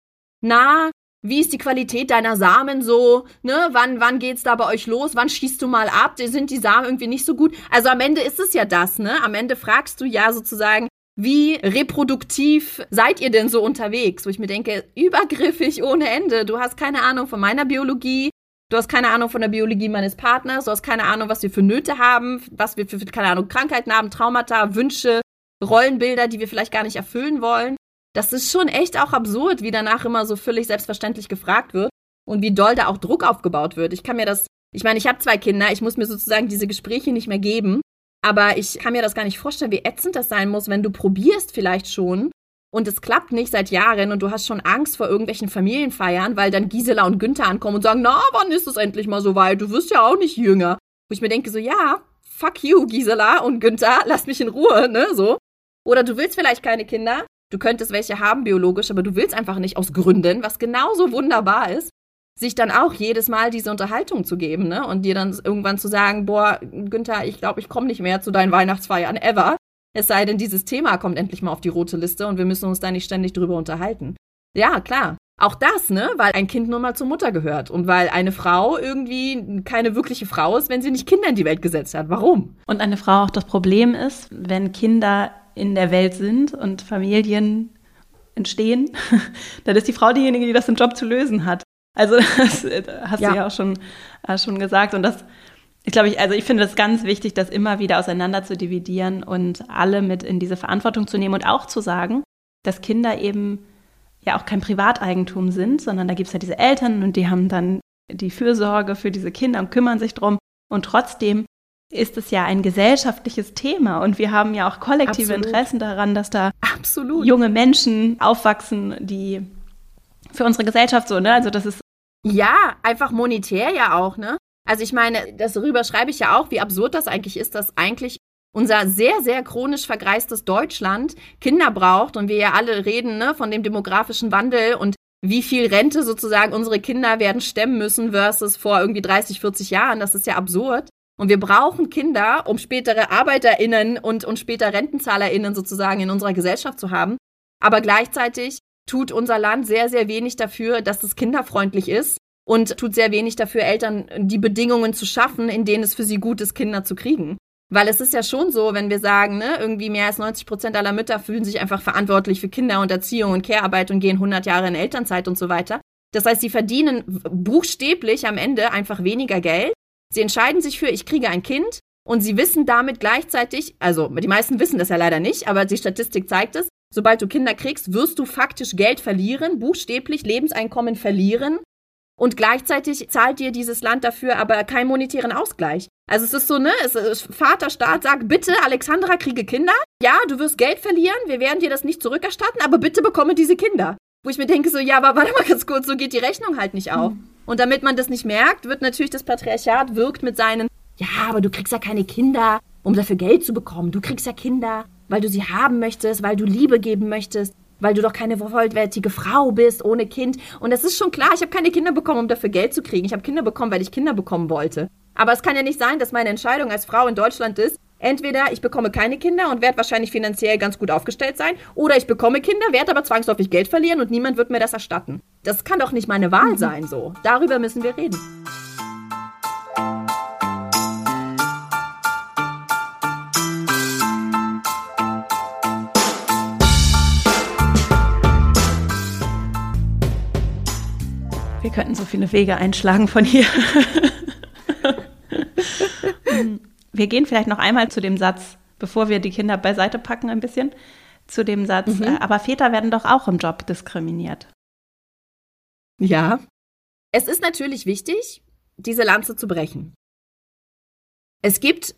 wie ist die Qualität deiner Samen so? Ne? Wann geht's da bei euch los? Wann schießt du mal ab? Sind die Samen irgendwie nicht so gut? Also am Ende ist es ja das, ne? Am Ende fragst du ja sozusagen, wie reproduktiv seid ihr denn so unterwegs? Wo ich mir denke, übergriffig ohne Ende. Du hast keine Ahnung von meiner Biologie. Du hast keine Ahnung von der Biologie meines Partners. Du hast keine Ahnung, was wir für Nöte haben, was wir für, keine Ahnung, Krankheiten haben, Traumata, Wünsche, Rollenbilder, die wir vielleicht gar nicht erfüllen wollen. Das ist schon echt auch absurd, wie danach immer so völlig selbstverständlich gefragt wird und wie doll da auch Druck aufgebaut wird. Ich habe 2 Kinder, ich muss mir sozusagen diese Gespräche nicht mehr geben, aber ich kann mir das gar nicht vorstellen, wie ätzend das sein muss, wenn du probierst vielleicht schon und es klappt nicht seit Jahren und du hast schon Angst vor irgendwelchen Familienfeiern, weil dann Gisela und Günther ankommen und sagen, wann ist es endlich mal so weit? Du wirst ja auch nicht jünger. Wo ich mir denke so, ja, fuck you, Gisela und Günther, lass mich in Ruhe, ne, so. Oder du willst vielleicht keine Kinder. Du könntest welche haben, biologisch, aber du willst einfach nicht aus Gründen, was genauso wunderbar ist, sich dann auch jedes Mal diese Unterhaltung zu geben, ne? Und dir dann irgendwann zu sagen, boah, Günther, ich glaube, ich komme nicht mehr zu deinen Weihnachtsfeiern ever. Es sei denn, dieses Thema kommt endlich mal auf die rote Liste und wir müssen uns da nicht ständig drüber unterhalten. Ja, klar. Auch das, ne? Weil ein Kind nun mal zur Mutter gehört und weil eine Frau irgendwie keine wirkliche Frau ist, wenn sie nicht Kinder in die Welt gesetzt hat. Warum? Und eine Frau auch das Problem ist, wenn Kinder in der Welt sind und Familien entstehen, dann ist die Frau diejenige, die das im Job zu lösen hat. Also das hast du ja auch schon gesagt. Und das, ich finde es ganz wichtig, das immer wieder auseinander zu dividieren und alle mit in diese Verantwortung zu nehmen und auch zu sagen, dass Kinder eben ja auch kein Privateigentum sind, sondern da gibt es ja diese Eltern und die haben dann die Fürsorge für diese Kinder und kümmern sich drum. Und trotzdem ist es ja ein gesellschaftliches Thema und wir haben ja auch kollektive Interessen daran, dass da junge Menschen aufwachsen, die für unsere Gesellschaft so, ne? Also das ist ja, einfach monetär ja auch, ne? Also ich meine, darüber schreibe ich ja auch, wie absurd das eigentlich ist, dass eigentlich unser sehr, sehr chronisch vergreistes Deutschland Kinder braucht und wir ja alle reden, ne, von dem demografischen Wandel und wie viel Rente sozusagen unsere Kinder werden stemmen müssen versus vor irgendwie 30, 40 Jahren. Das ist ja absurd. Und wir brauchen Kinder, um spätere ArbeiterInnen und später RentenzahlerInnen sozusagen in unserer Gesellschaft zu haben. Aber gleichzeitig tut unser Land sehr, sehr wenig dafür, dass es kinderfreundlich ist und tut sehr wenig dafür, Eltern die Bedingungen zu schaffen, in denen es für sie gut ist, Kinder zu kriegen. Weil es ist ja schon so, wenn wir sagen, ne, irgendwie mehr als 90% aller Mütter fühlen sich einfach verantwortlich für Kinder und Erziehung und Care-Arbeit und gehen 100 Jahre in Elternzeit und so weiter. Das heißt, sie verdienen buchstäblich am Ende einfach weniger Geld. Sie entscheiden sich für, ich kriege ein Kind und sie wissen damit gleichzeitig, also die meisten wissen das ja leider nicht, aber die Statistik zeigt es, sobald du Kinder kriegst, wirst du faktisch Geld verlieren, buchstäblich Lebenseinkommen verlieren und gleichzeitig zahlt dir dieses Land dafür aber keinen monetären Ausgleich. Also es ist so, ne, Vaterstaat sagt, bitte Alexandra, kriege Kinder, ja, du wirst Geld verlieren, wir werden dir das nicht zurückerstatten, aber bitte bekomme diese Kinder. Wo ich mir denke so, ja, aber warte mal ganz kurz, so geht die Rechnung halt nicht auf. Und damit man das nicht merkt, wird natürlich das Patriarchat wirkt mit seinen, ja, aber du kriegst ja keine Kinder, um dafür Geld zu bekommen. Du kriegst ja Kinder, weil du sie haben möchtest, weil du Liebe geben möchtest, weil du doch keine vollwertige Frau bist ohne Kind. Und das ist schon klar, ich habe keine Kinder bekommen, um dafür Geld zu kriegen. Ich habe Kinder bekommen, weil ich Kinder bekommen wollte. Aber es kann ja nicht sein, dass meine Entscheidung als Frau in Deutschland ist, entweder ich bekomme keine Kinder und werde wahrscheinlich finanziell ganz gut aufgestellt sein, oder ich bekomme Kinder, werde aber zwangsläufig Geld verlieren und niemand wird mir das erstatten. Das kann doch nicht meine Wahl sein, so. Darüber müssen wir reden. könnten so viele Wege einschlagen von hier. Wir gehen vielleicht noch einmal zu dem Satz, bevor wir die Kinder beiseite packen ein bisschen, zu dem Satz, aber Väter werden doch auch im Job diskriminiert. Ja. Es ist natürlich wichtig, diese Lanze zu brechen. Es gibt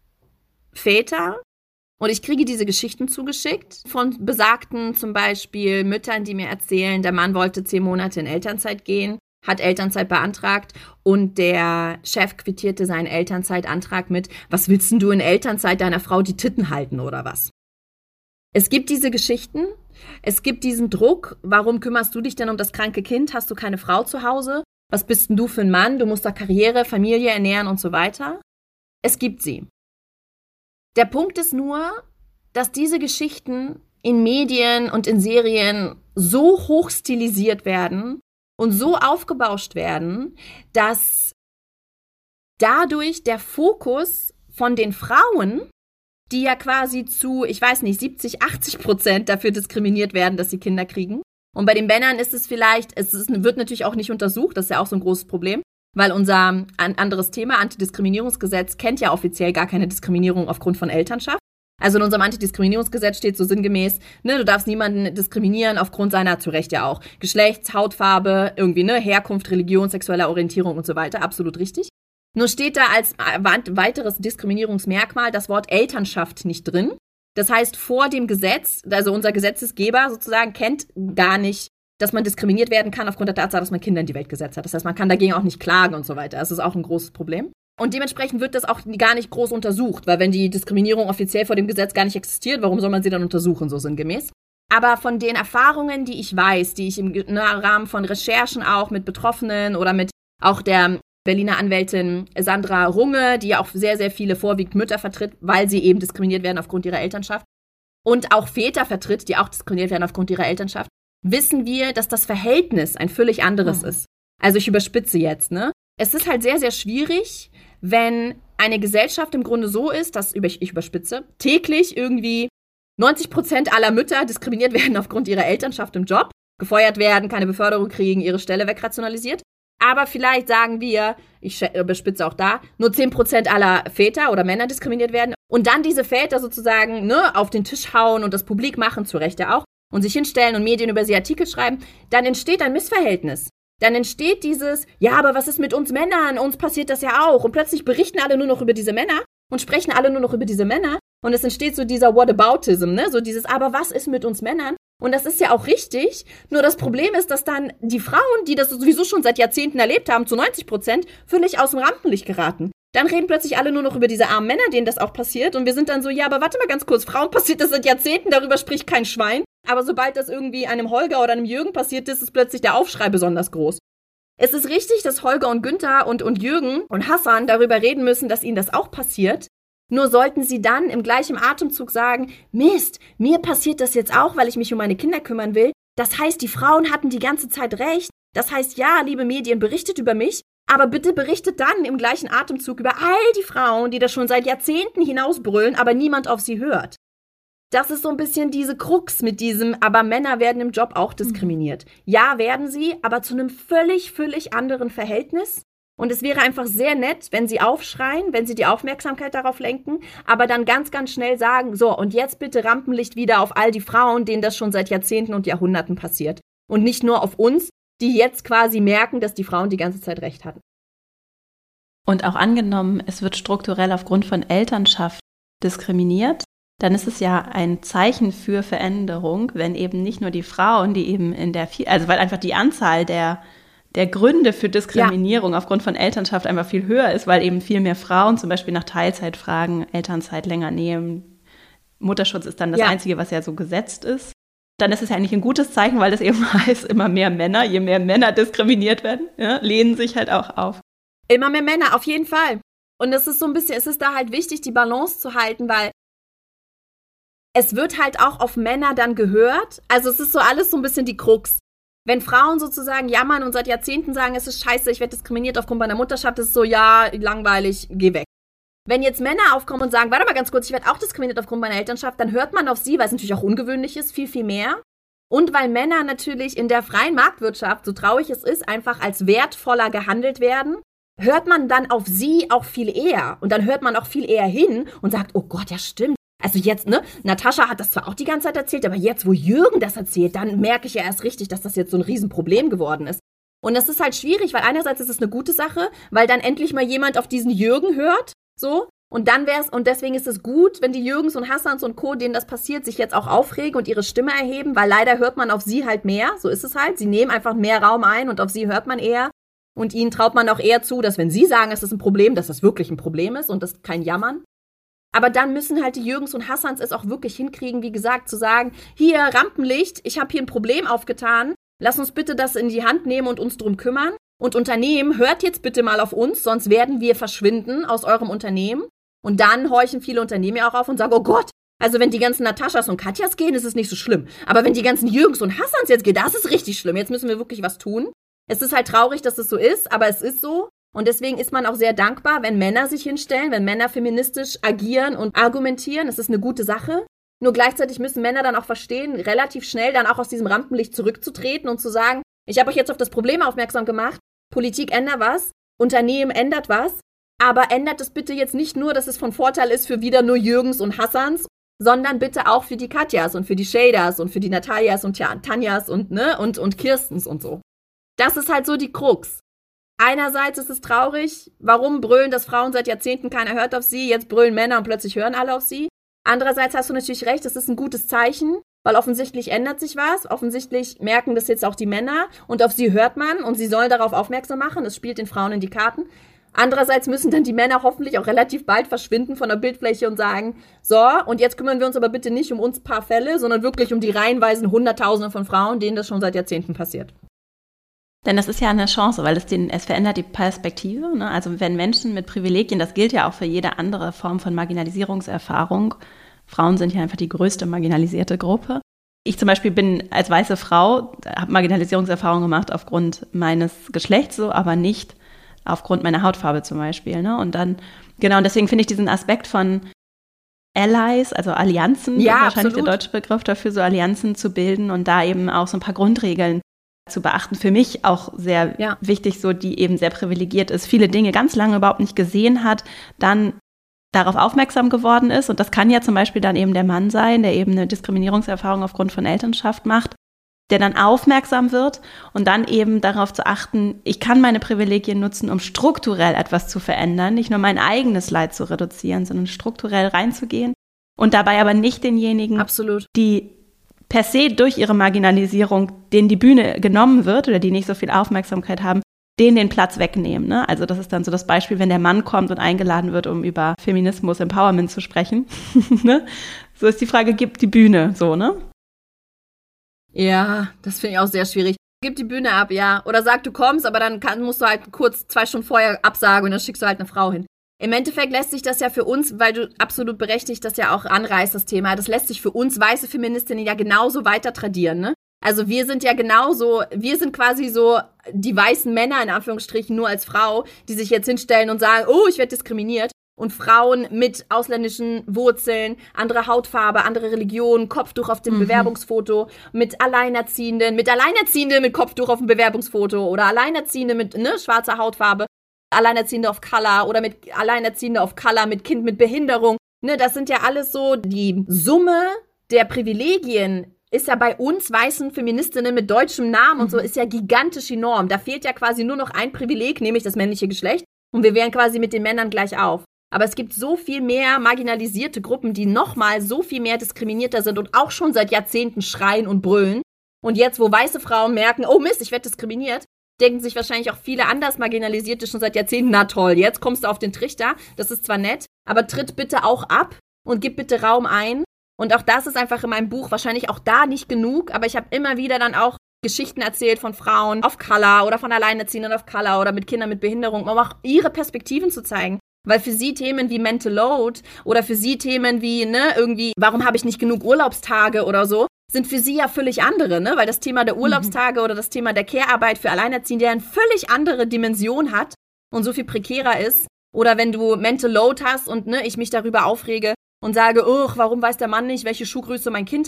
Väter, und ich kriege diese Geschichten zugeschickt von besagten zum Beispiel Müttern, die mir erzählen, der Mann wollte 10 Monate in Elternzeit gehen, hat Elternzeit beantragt und der Chef quittierte seinen Elternzeitantrag mit, was willst denn du in Elternzeit deiner Frau die Titten halten oder was? Es gibt diese Geschichten, es gibt diesen Druck, warum kümmerst du dich denn um das kranke Kind, hast du keine Frau zu Hause, was bist denn du für ein Mann, du musst da Karriere, Familie ernähren und so weiter. Es gibt sie. Der Punkt ist nur, dass diese Geschichten in Medien und in Serien so hoch stilisiert werden und so aufgebauscht werden, dass dadurch der Fokus von den Frauen, die ja quasi zu, 70-80% dafür diskriminiert werden, dass sie Kinder kriegen. Und bei den Männern ist es vielleicht, wird natürlich auch nicht untersucht, das ist ja auch so ein großes Problem. Weil unser anderes Thema, Antidiskriminierungsgesetz, kennt ja offiziell gar keine Diskriminierung aufgrund von Elternschaft. Also in unserem Antidiskriminierungsgesetz steht so sinngemäß, du darfst niemanden diskriminieren aufgrund seiner, zu Recht ja auch, Geschlechts, Hautfarbe, irgendwie, Herkunft, Religion, sexueller Orientierung und so weiter, absolut richtig. Nur steht da als weiteres Diskriminierungsmerkmal das Wort Elternschaft nicht drin. Das heißt, vor dem Gesetz, also unser Gesetzesgeber sozusagen kennt gar nicht, dass man diskriminiert werden kann aufgrund der Tatsache, dass man Kinder in die Welt gesetzt hat. Das heißt, man kann dagegen auch nicht klagen und so weiter. Das ist auch ein großes Problem. Und dementsprechend wird das auch gar nicht groß untersucht, weil wenn die Diskriminierung offiziell vor dem Gesetz gar nicht existiert, warum soll man sie dann untersuchen, so sinngemäß? Aber von den Erfahrungen, die ich weiß, die ich im Rahmen von Recherchen auch mit Betroffenen oder mit auch der Berliner Anwältin Sandra Runge, die ja auch sehr, sehr viele vorwiegend Mütter vertritt, weil sie eben diskriminiert werden aufgrund ihrer Elternschaft und auch Väter vertritt, die auch diskriminiert werden aufgrund ihrer Elternschaft, wissen wir, dass das Verhältnis ein völlig anderes ist. Also ich überspitze jetzt, Es ist halt sehr, sehr schwierig, wenn eine Gesellschaft im Grunde so ist, dass, ich überspitze, täglich irgendwie 90% aller Mütter diskriminiert werden aufgrund ihrer Elternschaft im Job, gefeuert werden, keine Beförderung kriegen, ihre Stelle wegrationalisiert. Aber vielleicht sagen wir, ich überspitze auch da, nur 10% aller Väter oder Männer diskriminiert werden und dann diese Väter sozusagen auf den Tisch hauen und das publik machen, zu Recht ja auch, und sich hinstellen und Medien über sie Artikel schreiben, dann entsteht ein Missverhältnis. Dann entsteht dieses, ja, aber was ist mit uns Männern? Uns passiert das ja auch. Und plötzlich berichten alle nur noch über diese Männer und sprechen alle nur noch über diese Männer. Und es entsteht so dieser Whataboutism, so dieses, aber was ist mit uns Männern? Und das ist ja auch richtig. Nur das Problem ist, dass dann die Frauen, die das sowieso schon seit Jahrzehnten erlebt haben, zu 90%, völlig aus dem Rampenlicht geraten. Dann reden plötzlich alle nur noch über diese armen Männer, denen das auch passiert. Und wir sind dann so, ja, aber warte mal ganz kurz, Frauen passiert das seit Jahrzehnten, darüber spricht kein Schwein. Aber sobald das irgendwie einem Holger oder einem Jürgen passiert ist plötzlich der Aufschrei besonders groß. Es ist richtig, dass Holger und Günther und Jürgen und Hassan darüber reden müssen, dass ihnen das auch passiert. Nur sollten sie dann im gleichen Atemzug sagen, Mist, mir passiert das jetzt auch, weil ich mich um meine Kinder kümmern will. Das heißt, die Frauen hatten die ganze Zeit recht. Das heißt, ja, liebe Medien, berichtet über mich. Aber bitte berichtet dann im gleichen Atemzug über all die Frauen, die das schon seit Jahrzehnten hinausbrüllen, aber niemand auf sie hört. Das ist so ein bisschen diese Krux mit diesem, aber Männer werden im Job auch diskriminiert. Ja, werden sie, aber zu einem völlig, völlig anderen Verhältnis. Und es wäre einfach sehr nett, wenn sie aufschreien, wenn sie die Aufmerksamkeit darauf lenken, aber dann ganz, ganz schnell sagen, so, und jetzt bitte Rampenlicht wieder auf all die Frauen, denen das schon seit Jahrzehnten und Jahrhunderten passiert. Und nicht nur auf uns, die jetzt quasi merken, dass die Frauen die ganze Zeit recht hatten. Und auch angenommen, es wird strukturell aufgrund von Elternschaft diskriminiert, dann ist es ja ein Zeichen für Veränderung, wenn eben nicht nur die Frauen, die eben weil einfach die Anzahl der Gründe für Diskriminierung aufgrund von Elternschaft einfach viel höher ist, weil eben viel mehr Frauen zum Beispiel nach Teilzeit fragen, Elternzeit länger nehmen. Mutterschutz ist dann das Einzige, was ja so gesetzt ist. Dann ist es ja eigentlich ein gutes Zeichen, weil das eben heißt, immer mehr Männer, je mehr Männer diskriminiert werden, lehnen sich halt auch auf. Immer mehr Männer, auf jeden Fall. Und es ist da halt wichtig, die Balance zu halten, weil es wird halt auch auf Männer dann gehört. Also es ist so alles so ein bisschen die Krux. Wenn Frauen sozusagen jammern und seit Jahrzehnten sagen, es ist scheiße, ich werde diskriminiert aufgrund meiner Mutterschaft, ist es so, ja, langweilig, geh weg. Wenn jetzt Männer aufkommen und sagen, warte mal ganz kurz, ich werde auch diskriminiert aufgrund meiner Elternschaft, dann hört man auf sie, weil es natürlich auch ungewöhnlich ist, viel, viel mehr. Und weil Männer natürlich in der freien Marktwirtschaft, so traurig es ist, einfach als wertvoller gehandelt werden, hört man dann auf sie auch viel eher. Und dann hört man auch viel eher hin und sagt, oh Gott, ja stimmt. Also jetzt, ne, Natascha hat das zwar auch die ganze Zeit erzählt, aber jetzt, wo Jürgen das erzählt, dann merke ich ja erst richtig, dass das jetzt so ein Riesenproblem geworden ist. Und das ist halt schwierig, weil einerseits ist es eine gute Sache, weil dann endlich mal jemand auf diesen Jürgen hört, so. Und deswegen ist es gut, wenn die Jürgens und Hassans und Co., denen das passiert, sich jetzt auch aufregen und ihre Stimme erheben, weil leider hört man auf sie halt mehr, so ist es halt. Sie nehmen einfach mehr Raum ein und auf sie hört man eher. Und ihnen traut man auch eher zu, dass wenn sie sagen, es ist ein Problem, dass das wirklich ein Problem ist und das ist kein Jammern. Aber dann müssen halt die Jürgens und Hassans es auch wirklich hinkriegen, wie gesagt, zu sagen, hier, Rampenlicht, ich habe hier ein Problem aufgetan, lass uns bitte das in die Hand nehmen und uns drum kümmern. Und Unternehmen, hört jetzt bitte mal auf uns, sonst werden wir verschwinden aus eurem Unternehmen. Und dann horchen viele Unternehmen ja auch auf und sagen, oh Gott, also wenn die ganzen Nataschas und Katjas gehen, ist es nicht so schlimm. Aber wenn die ganzen Jürgens und Hassans jetzt gehen, das ist richtig schlimm. Jetzt müssen wir wirklich was tun. Es ist halt traurig, dass es so ist, aber es ist so. Und deswegen ist man auch sehr dankbar, wenn Männer sich hinstellen, wenn Männer feministisch agieren und argumentieren. Das ist eine gute Sache. Nur gleichzeitig müssen Männer dann auch verstehen, relativ schnell dann auch aus diesem Rampenlicht zurückzutreten und zu sagen, ich habe euch jetzt auf das Problem aufmerksam gemacht, Politik ändert was, Unternehmen ändert was, aber ändert es bitte jetzt nicht nur, dass es von Vorteil ist für wieder nur Jürgens und Hassans, sondern bitte auch für die Katjas und für die Shaders und für die Nataljas und Tanjas und Kirstens und so. Das ist halt so die Krux. Einerseits ist es traurig, warum brüllen das Frauen seit Jahrzehnten, keiner hört auf sie, jetzt brüllen Männer und plötzlich hören alle auf sie. Andererseits hast du natürlich recht, es ist ein gutes Zeichen, weil offensichtlich ändert sich was, offensichtlich merken das jetzt auch die Männer und auf sie hört man und sie sollen darauf aufmerksam machen, es spielt den Frauen in die Karten. Andererseits müssen dann die Männer hoffentlich auch relativ bald verschwinden von der Bildfläche und sagen, so, und jetzt kümmern wir uns aber bitte nicht um uns paar Fälle, sondern wirklich um die reihenweisen Hunderttausende von Frauen, denen das schon seit Jahrzehnten passiert. Denn das ist ja eine Chance, weil es verändert die Perspektive. Ne? Also wenn Menschen mit Privilegien, das gilt ja auch für jede andere Form von Marginalisierungserfahrung. Frauen sind ja einfach die größte marginalisierte Gruppe. Ich zum Beispiel bin als weiße Frau, habe Marginalisierungserfahrung gemacht aufgrund meines Geschlechts, so, aber nicht aufgrund meiner Hautfarbe zum Beispiel. Ne? Und dann, genau, und deswegen finde ich diesen Aspekt von Allies, also Allianzen, ja, wahrscheinlich absolut. der deutsche Begriff dafür, so Allianzen zu bilden und da eben auch so ein paar Grundregeln zu beachten. Für mich auch sehr wichtig, so die eben sehr privilegiert ist, viele Dinge ganz lange überhaupt nicht gesehen hat, dann darauf aufmerksam geworden ist. Und das kann ja zum Beispiel dann eben der Mann sein, der eben eine Diskriminierungserfahrung aufgrund von Elternschaft macht, der dann aufmerksam wird und dann eben darauf zu achten, ich kann meine Privilegien nutzen, um strukturell etwas zu verändern, nicht nur mein eigenes Leid zu reduzieren, sondern strukturell reinzugehen und dabei aber nicht denjenigen, die per se durch ihre Marginalisierung, denen die Bühne genommen wird oder die nicht so viel Aufmerksamkeit haben, denen den Platz wegnehmen. Ne? Also das ist dann so das Beispiel, wenn der Mann kommt und eingeladen wird, um über Feminismus, Empowerment zu sprechen. Ne? So ist die Frage, gibt die Bühne so, ne? Ja, das finde ich auch sehr schwierig. Gib die Bühne ab, ja. Oder sag, du kommst, aber dann musst du halt kurz 2 Stunden vorher absagen und dann schickst du halt eine Frau hin. Im Endeffekt lässt sich das ja für uns, weil du absolut berechtigt das ja auch anreißt, das Thema, das lässt sich für uns weiße Feministinnen ja genauso weiter tradieren, ne? Also wir sind ja genauso, wir sind quasi so die weißen Männer in Anführungsstrichen nur als Frau, die sich jetzt hinstellen und sagen, oh, ich werde diskriminiert. Und Frauen mit ausländischen Wurzeln, andere Hautfarbe, andere Religion, Kopftuch auf dem Bewerbungsfoto, mit Alleinerziehenden mit Kopftuch auf dem Bewerbungsfoto oder Alleinerziehende mit schwarzer Hautfarbe, Alleinerziehende auf Color oder mit Alleinerziehende auf Color mit Kind mit Behinderung. Ne, das sind ja alles so, die Summe der Privilegien ist ja bei uns weißen Feministinnen mit deutschem Namen und so, ist ja gigantisch enorm. Da fehlt ja quasi nur noch ein Privileg, nämlich das männliche Geschlecht. Und wir wären quasi mit den Männern gleich auf. Aber es gibt so viel mehr marginalisierte Gruppen, die nochmal so viel mehr diskriminierter sind und auch schon seit Jahrzehnten schreien und brüllen. Und jetzt, wo weiße Frauen merken, oh Mist, ich werde diskriminiert, denken sich wahrscheinlich auch viele anders Marginalisierte schon seit Jahrzehnten, na toll, jetzt kommst du auf den Trichter. Das ist zwar nett, aber tritt bitte auch ab und gib bitte Raum ein. Und auch das ist einfach in meinem Buch wahrscheinlich auch da nicht genug, aber ich habe immer wieder dann auch Geschichten erzählt von Frauen auf Color oder von Alleinerziehenden auf Color oder mit Kindern mit Behinderung, um auch ihre Perspektiven zu zeigen. Weil für sie Themen wie Mental Load oder für sie Themen wie, irgendwie, warum habe ich nicht genug Urlaubstage oder so, sind für sie ja völlig andere, ne? Weil das Thema der Urlaubstage oder das Thema der Care-Arbeit für Alleinerziehende ja eine völlig andere Dimension hat und so viel prekärer ist. Oder wenn du Mental Load hast und ich mich darüber aufrege und sage, warum weiß der Mann nicht, welche Schuhgröße mein Kind hat,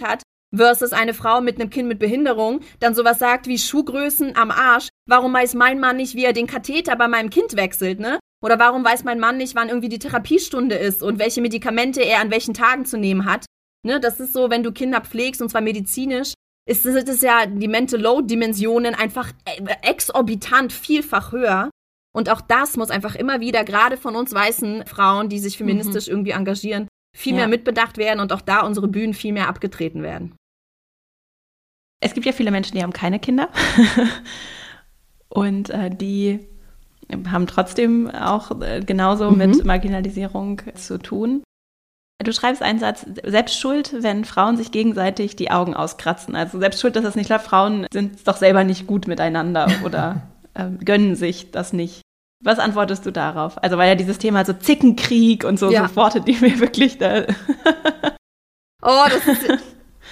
versus eine Frau mit einem Kind mit Behinderung dann sowas sagt wie Schuhgrößen am Arsch. Warum weiß mein Mann nicht, wie er den Katheter bei meinem Kind wechselt, ne? Oder warum weiß mein Mann nicht, wann irgendwie die Therapiestunde ist und welche Medikamente er an welchen Tagen zu nehmen hat? Ne? Das ist so, wenn du Kinder pflegst, und zwar medizinisch, ist das ja die Mental Load-Dimensionen einfach exorbitant vielfach höher. Und auch das muss einfach immer wieder, gerade von uns weißen Frauen, die sich feministisch irgendwie engagieren, viel mehr mitbedacht werden und auch da unsere Bühnen viel mehr abgetreten werden. Es gibt ja viele Menschen, die haben keine Kinder und die haben trotzdem auch genauso mit Marginalisierung zu tun. Du schreibst einen Satz, selbst schuld, wenn Frauen sich gegenseitig die Augen auskratzen. Also selbst schuld, dass das nicht klappt. Frauen sind doch selber nicht gut miteinander oder gönnen sich das nicht. Was antwortest du darauf? Also weil ja dieses Thema so Zickenkrieg und so Worte, die mir wirklich da... Oh, das ist...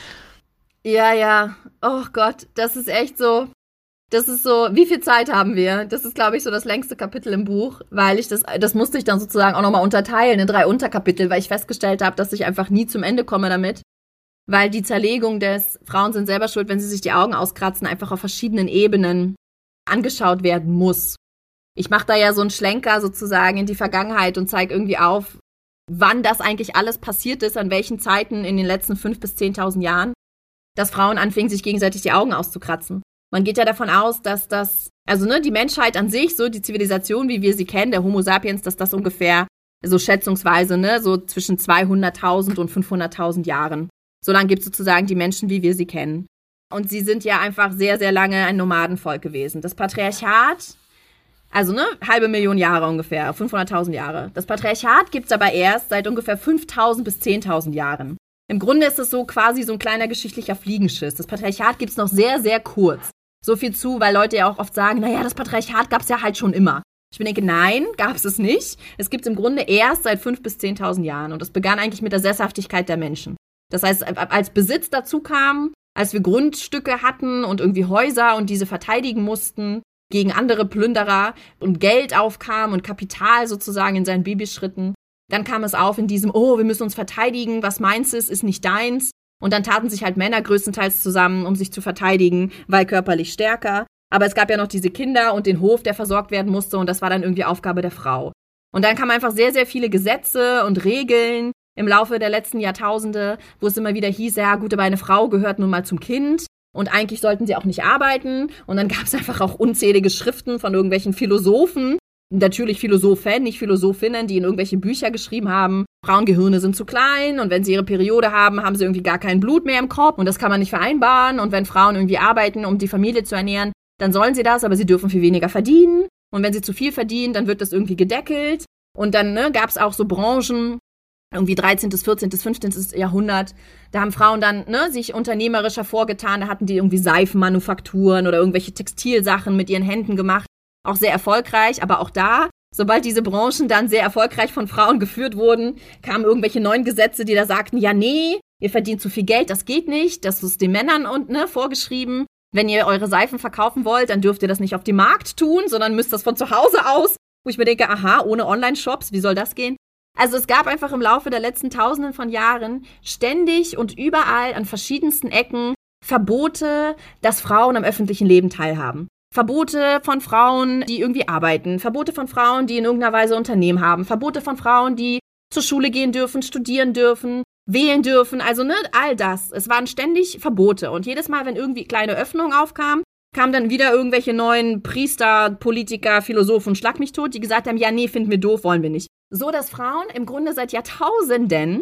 Ja. Oh Gott, das ist echt so... Das ist so, wie viel Zeit haben wir? Das ist, glaube ich, so das längste Kapitel im Buch, weil ich das musste ich dann sozusagen auch nochmal unterteilen in 3 Unterkapitel, weil ich festgestellt habe, dass ich einfach nie zum Ende komme damit, weil die Zerlegung des Frauen sind selber schuld, wenn sie sich die Augen auskratzen, einfach auf verschiedenen Ebenen angeschaut werden muss. Ich mache da ja so einen Schlenker sozusagen in die Vergangenheit und zeige irgendwie auf, wann das eigentlich alles passiert ist, an welchen Zeiten in den letzten 5.000 bis 10.000 Jahren, dass Frauen anfingen, sich gegenseitig die Augen auszukratzen. Man geht ja davon aus, dass das, also die Menschheit an sich, so die Zivilisation, wie wir sie kennen, der Homo sapiens, dass das ungefähr so schätzungsweise, so zwischen 200.000 und 500.000 Jahren. So lange gibt es sozusagen die Menschen, wie wir sie kennen. Und sie sind ja einfach sehr, sehr lange ein Nomadenvolk gewesen. Das Patriarchat, also 500.000 Jahre ungefähr, 500.000 Jahre. Das Patriarchat gibt es aber erst seit ungefähr 5.000 bis 10.000 Jahren. Im Grunde ist es so quasi so ein kleiner geschichtlicher Fliegenschiss. Das Patriarchat gibt es noch sehr, sehr kurz. So viel zu, weil Leute ja auch oft sagen, naja, das Patriarchat gab es ja halt schon immer. Ich denke, nein, gab es nicht. Es gibt es im Grunde erst seit 5.000 bis 10.000 Jahren. Und es begann eigentlich mit der Sesshaftigkeit der Menschen. Das heißt, als Besitz dazu kam, als wir Grundstücke hatten und irgendwie Häuser und diese verteidigen mussten gegen andere Plünderer und Geld aufkam und Kapital sozusagen in seinen Babyschritten, dann kam es auf in diesem, wir müssen uns verteidigen, was meins ist nicht deins. Und dann taten sich halt Männer größtenteils zusammen, um sich zu verteidigen, weil körperlich stärker. Aber es gab ja noch diese Kinder und den Hof, der versorgt werden musste, und das war dann irgendwie Aufgabe der Frau. Und dann kamen einfach sehr, sehr viele Gesetze und Regeln im Laufe der letzten Jahrtausende, wo es immer wieder hieß, ja gut, aber eine Frau gehört nun mal zum Kind und eigentlich sollten sie auch nicht arbeiten. Und dann gab es einfach auch unzählige Schriften von irgendwelchen Philosophen, natürlich Philosophen, nicht Philosophinnen, die in irgendwelche Bücher geschrieben haben, Frauengehirne sind zu klein und wenn sie ihre Periode haben, haben sie irgendwie gar kein Blut mehr im Kopf und das kann man nicht vereinbaren. Und wenn Frauen irgendwie arbeiten, um die Familie zu ernähren, dann sollen sie das, aber sie dürfen viel weniger verdienen. Und wenn sie zu viel verdienen, dann wird das irgendwie gedeckelt. Und dann gab es auch so Branchen, irgendwie 13., 14., 15. Jahrhundert, da haben Frauen dann sich unternehmerisch hervorgetan, da hatten die irgendwie Seifenmanufakturen oder irgendwelche Textilsachen mit ihren Händen gemacht. Auch sehr erfolgreich, aber auch da, sobald diese Branchen dann sehr erfolgreich von Frauen geführt wurden, kamen irgendwelche neuen Gesetze, die da sagten, ja nee, ihr verdient zu viel Geld, das geht nicht, das ist den Männern vorgeschrieben. Wenn ihr eure Seifen verkaufen wollt, dann dürft ihr das nicht auf dem Markt tun, sondern müsst das von zu Hause aus. Wo ich mir denke, aha, ohne Online-Shops, wie soll das gehen? Also es gab einfach im Laufe der letzten Tausenden von Jahren ständig und überall an verschiedensten Ecken Verbote, dass Frauen am öffentlichen Leben teilhaben. Verbote von Frauen, die irgendwie arbeiten, Verbote von Frauen, die in irgendeiner Weise Unternehmen haben, Verbote von Frauen, die zur Schule gehen dürfen, studieren dürfen, wählen dürfen, also all das. Es waren ständig Verbote und jedes Mal, wenn irgendwie kleine Öffnungen aufkamen, kamen dann wieder irgendwelche neuen Priester, Politiker, Philosophen, schlag mich tot, die gesagt haben, ja nee, finden wir doof, wollen wir nicht. So, dass Frauen im Grunde seit Jahrtausenden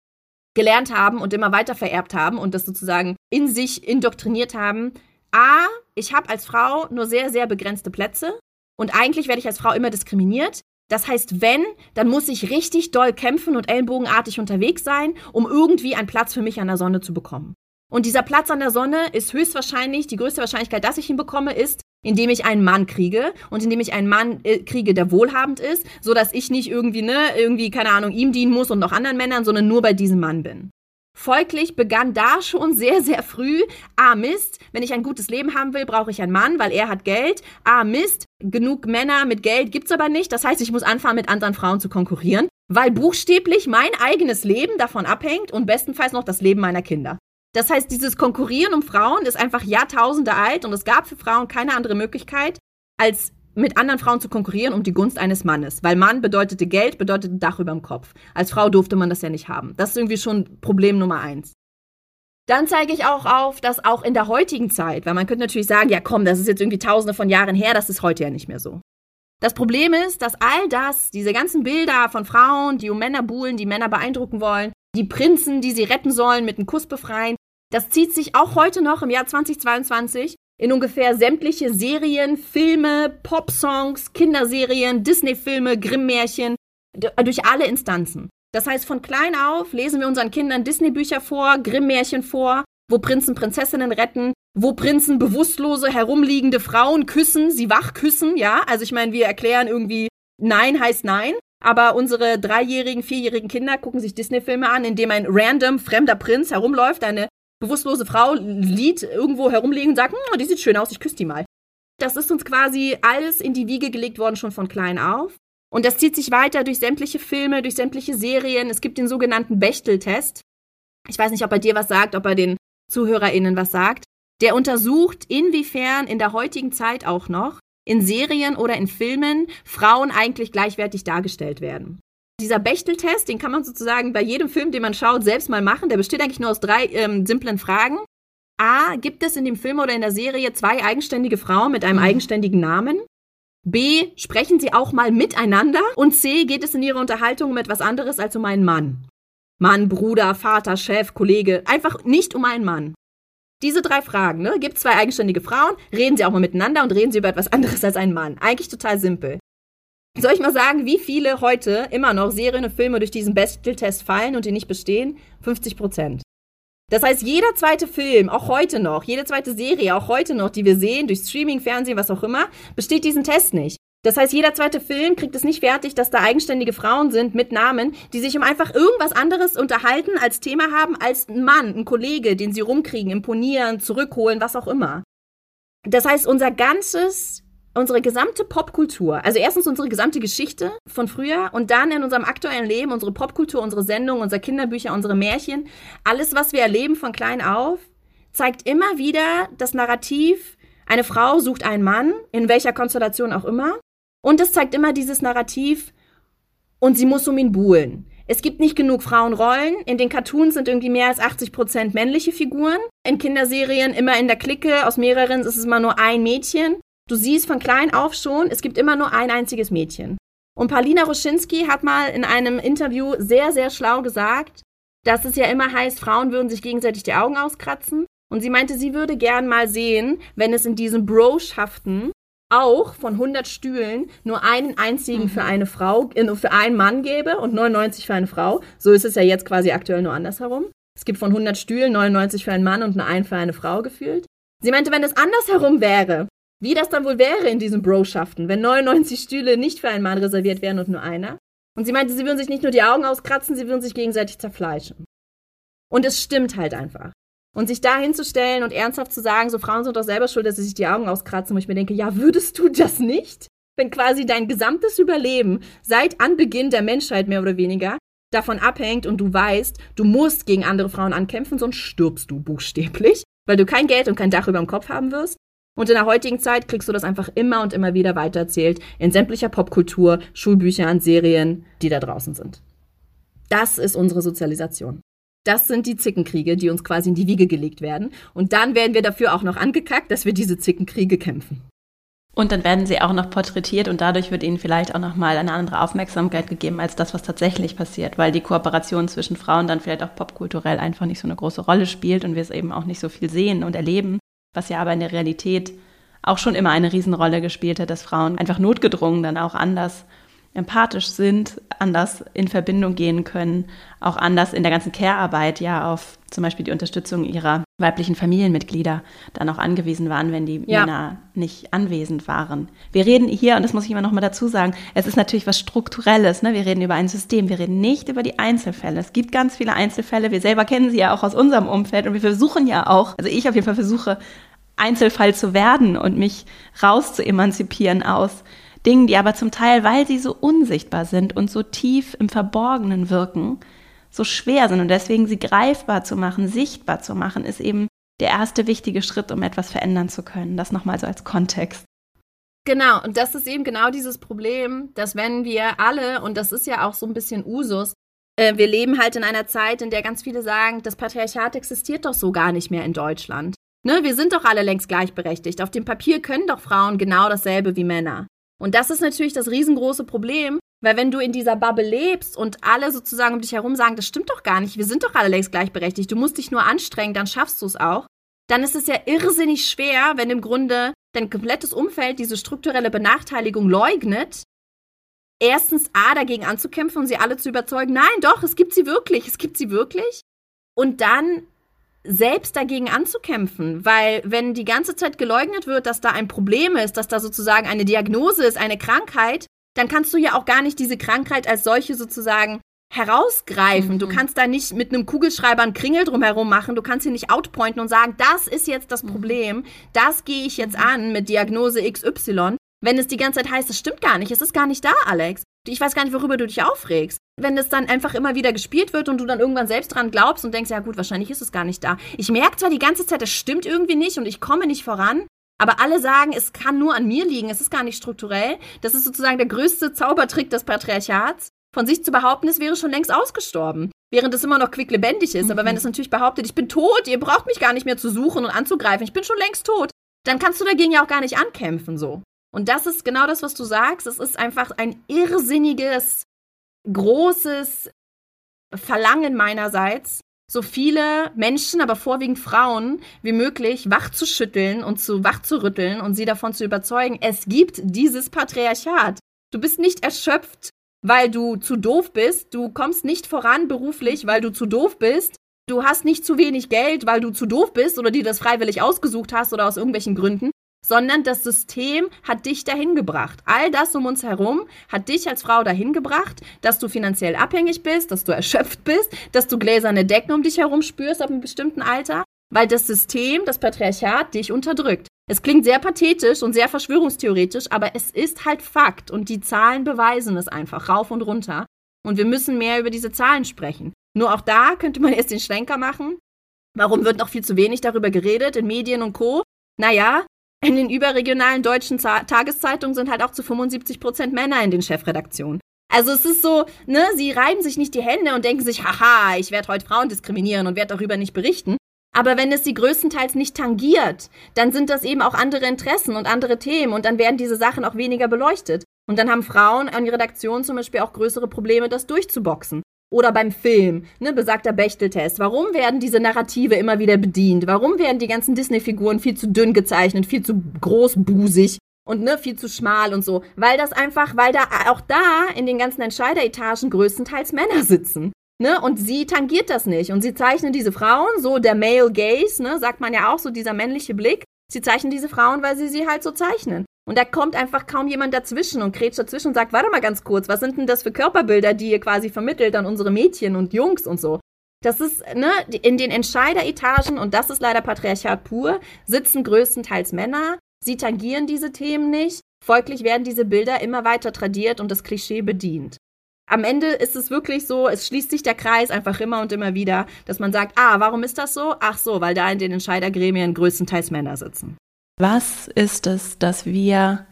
gelernt haben und immer weiter vererbt haben und das sozusagen in sich indoktriniert haben, ich habe als Frau nur sehr, sehr begrenzte Plätze und eigentlich werde ich als Frau immer diskriminiert. Das heißt, wenn, dann muss ich richtig doll kämpfen und ellenbogenartig unterwegs sein, um irgendwie einen Platz für mich an der Sonne zu bekommen. Und dieser Platz an der Sonne ist höchstwahrscheinlich, die größte Wahrscheinlichkeit, dass ich ihn bekomme, ist, indem ich einen Mann kriege und indem ich einen Mann kriege, der wohlhabend ist, sodass ich nicht irgendwie, keine Ahnung, ihm dienen muss und noch anderen Männern, sondern nur bei diesem Mann bin. Folglich begann da schon sehr, sehr früh, Mist, wenn ich ein gutes Leben haben will, brauche ich einen Mann, weil er hat Geld. Mist, genug Männer mit Geld gibt's aber nicht. Das heißt, ich muss anfangen, mit anderen Frauen zu konkurrieren, weil buchstäblich mein eigenes Leben davon abhängt und bestenfalls noch das Leben meiner Kinder. Das heißt, dieses Konkurrieren um Frauen ist einfach Jahrtausende alt und es gab für Frauen keine andere Möglichkeit, als mit anderen Frauen zu konkurrieren um die Gunst eines Mannes. Weil Mann bedeutete Geld, bedeutete Dach über dem Kopf. Als Frau durfte man das ja nicht haben. Das ist irgendwie schon Problem Nummer 1. Dann zeige ich auch auf, dass auch in der heutigen Zeit, weil man könnte natürlich sagen, ja komm, das ist jetzt irgendwie tausende von Jahren her, das ist heute ja nicht mehr so. Das Problem ist, dass all das, diese ganzen Bilder von Frauen, die um Männer buhlen, die Männer beeindrucken wollen, die Prinzen, die sie retten sollen, mit einem Kuss befreien, das zieht sich auch heute noch im Jahr 2022 in ungefähr sämtliche Serien, Filme, Popsongs, Kinderserien, Disney-Filme, Grimm-Märchen, durch alle Instanzen. Das heißt, von klein auf lesen wir unseren Kindern Disney-Bücher vor, Grimm-Märchen vor, wo Prinzen Prinzessinnen retten, wo Prinzen bewusstlose, herumliegende Frauen küssen, sie wach küssen, ja. Also ich meine, wir erklären irgendwie, Nein heißt Nein, aber unsere 3-jährigen, 4-jährigen Kinder gucken sich Disney-Filme an, in dem ein random fremder Prinz herumläuft, eine bewusstlose Frau liegt irgendwo herumliegen und sagt, die sieht schön aus, ich küsse die mal. Das ist uns quasi alles in die Wiege gelegt worden, schon von klein auf. Und das zieht sich weiter durch sämtliche Filme, durch sämtliche Serien. Es gibt den sogenannten Bechtel-Test. Ich weiß nicht, ob er dir was sagt, ob er den ZuhörerInnen was sagt. Der untersucht, inwiefern in der heutigen Zeit auch noch in Serien oder in Filmen Frauen eigentlich gleichwertig dargestellt werden. Dieser Bechtel-Test, den kann man sozusagen bei jedem Film, den man schaut, selbst mal machen. Der besteht eigentlich nur aus 3 simplen Fragen. A, gibt es in dem Film oder in der Serie 2 eigenständige Frauen mit einem eigenständigen Namen? B, sprechen sie auch mal miteinander? Und C, geht es in ihrer Unterhaltung um etwas anderes als um einen Mann? Mann, Bruder, Vater, Chef, Kollege, einfach nicht um einen Mann. Diese 3 Fragen, ne? Gibt 2 eigenständige Frauen, reden sie auch mal miteinander und reden sie über etwas anderes als einen Mann. Eigentlich total simpel. Soll ich mal sagen, wie viele heute immer noch Serien und Filme durch diesen Bechtel-Test fallen und die nicht bestehen? 50%. Das heißt, jeder zweite Film, auch heute noch, jede zweite Serie, auch heute noch, die wir sehen, durch Streaming, Fernsehen, was auch immer, besteht diesen Test nicht. Das heißt, jeder zweite Film kriegt es nicht fertig, dass da eigenständige Frauen sind mit Namen, die sich um einfach irgendwas anderes unterhalten, als Thema haben, als ein Mann, ein Kollege, den sie rumkriegen, imponieren, zurückholen, was auch immer. Das heißt, unsere gesamte Popkultur, also erstens unsere gesamte Geschichte von früher und dann in unserem aktuellen Leben, unsere Popkultur, unsere Sendungen, unsere Kinderbücher, unsere Märchen, alles, was wir erleben von klein auf, zeigt immer wieder das Narrativ, eine Frau sucht einen Mann, in welcher Konstellation auch immer, und es zeigt immer dieses Narrativ, und sie muss um ihn buhlen. Es gibt nicht genug Frauenrollen, in den Cartoons sind irgendwie mehr als 80% männliche Figuren, in Kinderserien immer in der Clique, aus mehreren ist es immer nur ein Mädchen. Du siehst von klein auf schon, es gibt immer nur ein einziges Mädchen. Und Paulina Roschinski hat mal in einem Interview sehr, sehr schlau gesagt, dass es ja immer heißt, Frauen würden sich gegenseitig die Augen auskratzen. Und sie meinte, sie würde gern mal sehen, wenn es in diesen Bro-Schaften auch von 100 Stühlen nur einen einzigen für eine Frau, für einen Mann gäbe und 99 für eine Frau. So ist es ja jetzt quasi aktuell nur andersherum. Es gibt von 100 Stühlen 99 für einen Mann und nur einen für eine Frau gefühlt. Sie meinte, wenn es andersherum wäre, wie das dann wohl wäre in diesen Bro-Schaften, wenn 99 Stühle nicht für einen Mann reserviert wären und nur einer. Und sie meinte, sie würden sich nicht nur die Augen auskratzen, sie würden sich gegenseitig zerfleischen. Und es stimmt halt einfach. Und sich da hinzustellen und ernsthaft zu sagen, so Frauen sind doch selber schuld, dass sie sich die Augen auskratzen, wo ich mir denke, ja, würdest du das nicht? Wenn quasi dein gesamtes Überleben seit Anbeginn der Menschheit mehr oder weniger davon abhängt und du weißt, du musst gegen andere Frauen ankämpfen, sonst stirbst du buchstäblich, weil du kein Geld und kein Dach über dem Kopf haben wirst. Und in der heutigen Zeit kriegst du das einfach immer und immer wieder weitererzählt in sämtlicher Popkultur, Schulbüchern, Serien, die da draußen sind. Das ist unsere Sozialisation. Das sind die Zickenkriege, die uns quasi in die Wiege gelegt werden. Und dann werden wir dafür auch noch angekackt, dass wir diese Zickenkriege kämpfen. Und dann werden sie auch noch porträtiert und dadurch wird ihnen vielleicht auch nochmal eine andere Aufmerksamkeit gegeben als das, was tatsächlich passiert, weil die Kooperation zwischen Frauen dann vielleicht auch popkulturell einfach nicht so eine große Rolle spielt und wir es eben auch nicht so viel sehen und erleben, was ja aber in der Realität auch schon immer eine Riesenrolle gespielt hat, dass Frauen einfach notgedrungen dann auch anders empathisch sind, anders in Verbindung gehen können, auch anders in der ganzen Care-Arbeit ja auf zum Beispiel die Unterstützung ihrer weiblichen Familienmitglieder dann auch angewiesen waren, wenn die Männer nicht anwesend waren. Wir reden hier, und das muss ich immer noch mal dazu sagen, es ist natürlich was Strukturelles, ne? Wir reden über ein System, wir reden nicht über die Einzelfälle. Es gibt ganz viele Einzelfälle, wir selber kennen sie ja auch aus unserem Umfeld und wir versuchen ja auch, also ich auf jeden Fall versuche, Einzelfall zu werden und mich raus zu emanzipieren aus Dingen, die aber zum Teil, weil sie so unsichtbar sind und so tief im Verborgenen wirken, so schwer sind. Und deswegen sie greifbar zu machen, sichtbar zu machen, ist eben der erste wichtige Schritt, um etwas verändern zu können. Das nochmal so als Kontext. Genau, und das ist eben genau dieses Problem, dass wenn wir alle, und das ist ja auch so ein bisschen Usus, wir leben halt in einer Zeit, in der ganz viele sagen, das Patriarchat existiert doch so gar nicht mehr in Deutschland. Ne, wir sind doch alle längst gleichberechtigt. Auf dem Papier können doch Frauen genau dasselbe wie Männer. Und das ist natürlich das riesengroße Problem, weil wenn du in dieser Bubble lebst und alle sozusagen um dich herum sagen, das stimmt doch gar nicht, wir sind doch alle längst gleichberechtigt, du musst dich nur anstrengen, dann schaffst du es auch, dann ist es ja irrsinnig schwer, wenn im Grunde dein komplettes Umfeld diese strukturelle Benachteiligung leugnet, erstens dagegen anzukämpfen und sie alle zu überzeugen, nein, doch, es gibt sie wirklich, und dann selbst dagegen anzukämpfen, weil wenn die ganze Zeit geleugnet wird, dass da ein Problem ist, dass da sozusagen eine Diagnose ist, eine Krankheit, dann kannst du ja auch gar nicht diese Krankheit als solche sozusagen herausgreifen. Du kannst da nicht mit einem Kugelschreiber einen Kringel drumherum machen, du kannst hier nicht outpointen und sagen, das ist jetzt das Problem, das gehe ich jetzt an mit Diagnose XY, wenn es die ganze Zeit heißt, es stimmt gar nicht, es ist gar nicht da, Alex. Ich weiß gar nicht, worüber du dich aufregst. Wenn es dann einfach immer wieder gespielt wird und du dann irgendwann selbst dran glaubst und denkst, ja gut, wahrscheinlich ist es gar nicht da. Ich merke zwar die ganze Zeit, das stimmt irgendwie nicht und ich komme nicht voran, aber alle sagen, es kann nur an mir liegen, es ist gar nicht strukturell. Das ist sozusagen der größte Zaubertrick des Patriarchats. Von sich zu behaupten, es wäre schon längst ausgestorben, während es immer noch quicklebendig ist. Aber wenn es natürlich behauptet, ich bin tot, ihr braucht mich gar nicht mehr zu suchen und anzugreifen, ich bin schon längst tot, dann kannst du dagegen ja auch gar nicht ankämpfen, so. Und das ist genau das, was du sagst. Es ist einfach ein irrsinniges, großes Verlangen meinerseits, so viele Menschen, aber vorwiegend Frauen, wie möglich wach zu schütteln und wach zu rütteln und sie davon zu überzeugen, es gibt dieses Patriarchat. Du bist nicht erschöpft, weil du zu doof bist. Du kommst nicht voran beruflich, weil du zu doof bist. Du hast nicht zu wenig Geld, weil du zu doof bist oder dir das freiwillig ausgesucht hast oder aus irgendwelchen Gründen, sondern das System hat dich dahin gebracht. All das um uns herum hat dich als Frau dahin gebracht, dass du finanziell abhängig bist, dass du erschöpft bist, dass du gläserne Decken um dich herum spürst ab einem bestimmten Alter, weil das System, das Patriarchat, dich unterdrückt. Es klingt sehr pathetisch und sehr verschwörungstheoretisch, aber es ist halt Fakt und die Zahlen beweisen es einfach rauf und runter. Und wir müssen mehr über diese Zahlen sprechen. Nur auch da könnte man erst den Schlenker machen. Warum wird noch viel zu wenig darüber geredet in Medien und Co.? Naja, in den überregionalen deutschen Tageszeitungen sind halt auch zu 75% Männer in den Chefredaktionen. Also es ist so, ne, sie reiben sich nicht die Hände und denken sich, haha, ich werde heute Frauen diskriminieren und werde darüber nicht berichten. Aber wenn es sie größtenteils nicht tangiert, dann sind das eben auch andere Interessen und andere Themen und dann werden diese Sachen auch weniger beleuchtet. Und dann haben Frauen an die Redaktion zum Beispiel auch größere Probleme, das durchzuboxen. Oder beim Film, ne, besagter Bechtel-Test. Warum werden diese Narrative immer wieder bedient? Warum werden die ganzen Disney-Figuren viel zu dünn gezeichnet, viel zu großbusig und ne, viel zu schmal und so? Weil da auch da in den ganzen Entscheideretagen größtenteils Männer sitzen. Ne? Und sie tangiert das nicht. Und sie zeichnen diese Frauen, so der Male Gaze, ne, sagt man ja auch, so dieser männliche Blick. Sie zeichnen diese Frauen, weil sie halt so zeichnen. Und da kommt einfach kaum jemand dazwischen und grätscht dazwischen und sagt, warte mal ganz kurz, was sind denn das für Körperbilder, die ihr quasi vermittelt an unsere Mädchen und Jungs und so. Das ist, ne, in den Entscheideretagen, und das ist leider Patriarchat pur, sitzen größtenteils Männer, sie tangieren diese Themen nicht, folglich werden diese Bilder immer weiter tradiert und das Klischee bedient. Am Ende ist es wirklich so, es schließt sich der Kreis einfach immer und immer wieder, dass man sagt, warum ist das so? Ach so, weil da in den Entscheidergremien größtenteils Männer sitzen. Was ist es, das wir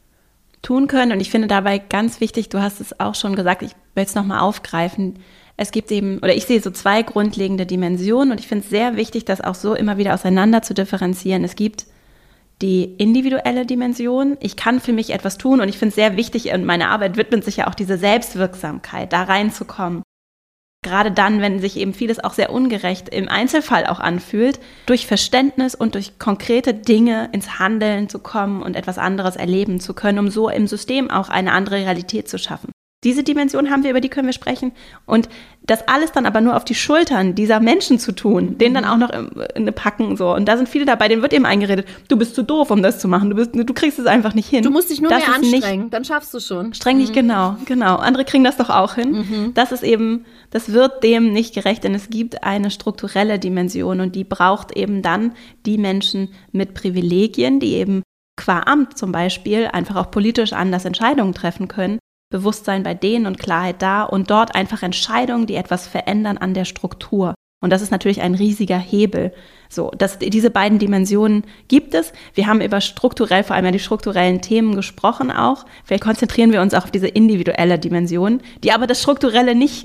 tun können? Und ich finde dabei ganz wichtig, du hast es auch schon gesagt, ich will es nochmal aufgreifen. Es gibt eben, oder ich sehe so 2 grundlegende Dimensionen und ich finde es sehr wichtig, das auch so immer wieder auseinander zu differenzieren. Es gibt die individuelle Dimension. Ich kann für mich etwas tun und ich finde es sehr wichtig, und meine Arbeit widmet sich ja auch diese Selbstwirksamkeit, da reinzukommen. Gerade dann, wenn sich eben vieles auch sehr ungerecht im Einzelfall auch anfühlt, durch Verständnis und durch konkrete Dinge ins Handeln zu kommen und etwas anderes erleben zu können, um so im System auch eine andere Realität zu schaffen. Diese Dimension haben wir, über die können wir sprechen. Und das alles dann aber nur auf die Schultern dieser Menschen zu tun, denen dann auch noch eine packen, so. Und da sind viele dabei, denen wird eben eingeredet, du bist zu doof, um das zu machen. Du kriegst es einfach nicht hin. Du musst dich nur mehr anstrengen, dann schaffst du schon. Streng dich, genau. Andere kriegen das doch auch hin. Das ist eben, das wird dem nicht gerecht, denn es gibt eine strukturelle Dimension und die braucht eben dann die Menschen mit Privilegien, die eben qua Amt zum Beispiel einfach auch politisch anders Entscheidungen treffen können, Bewusstsein bei denen und Klarheit da und dort einfach Entscheidungen, die etwas verändern an der Struktur. Und das ist natürlich ein riesiger Hebel. So, diese beiden Dimensionen gibt es. Wir haben über strukturell, vor allem die strukturellen Themen gesprochen auch. Vielleicht konzentrieren wir uns auch auf diese individuelle Dimension, die aber das Strukturelle nicht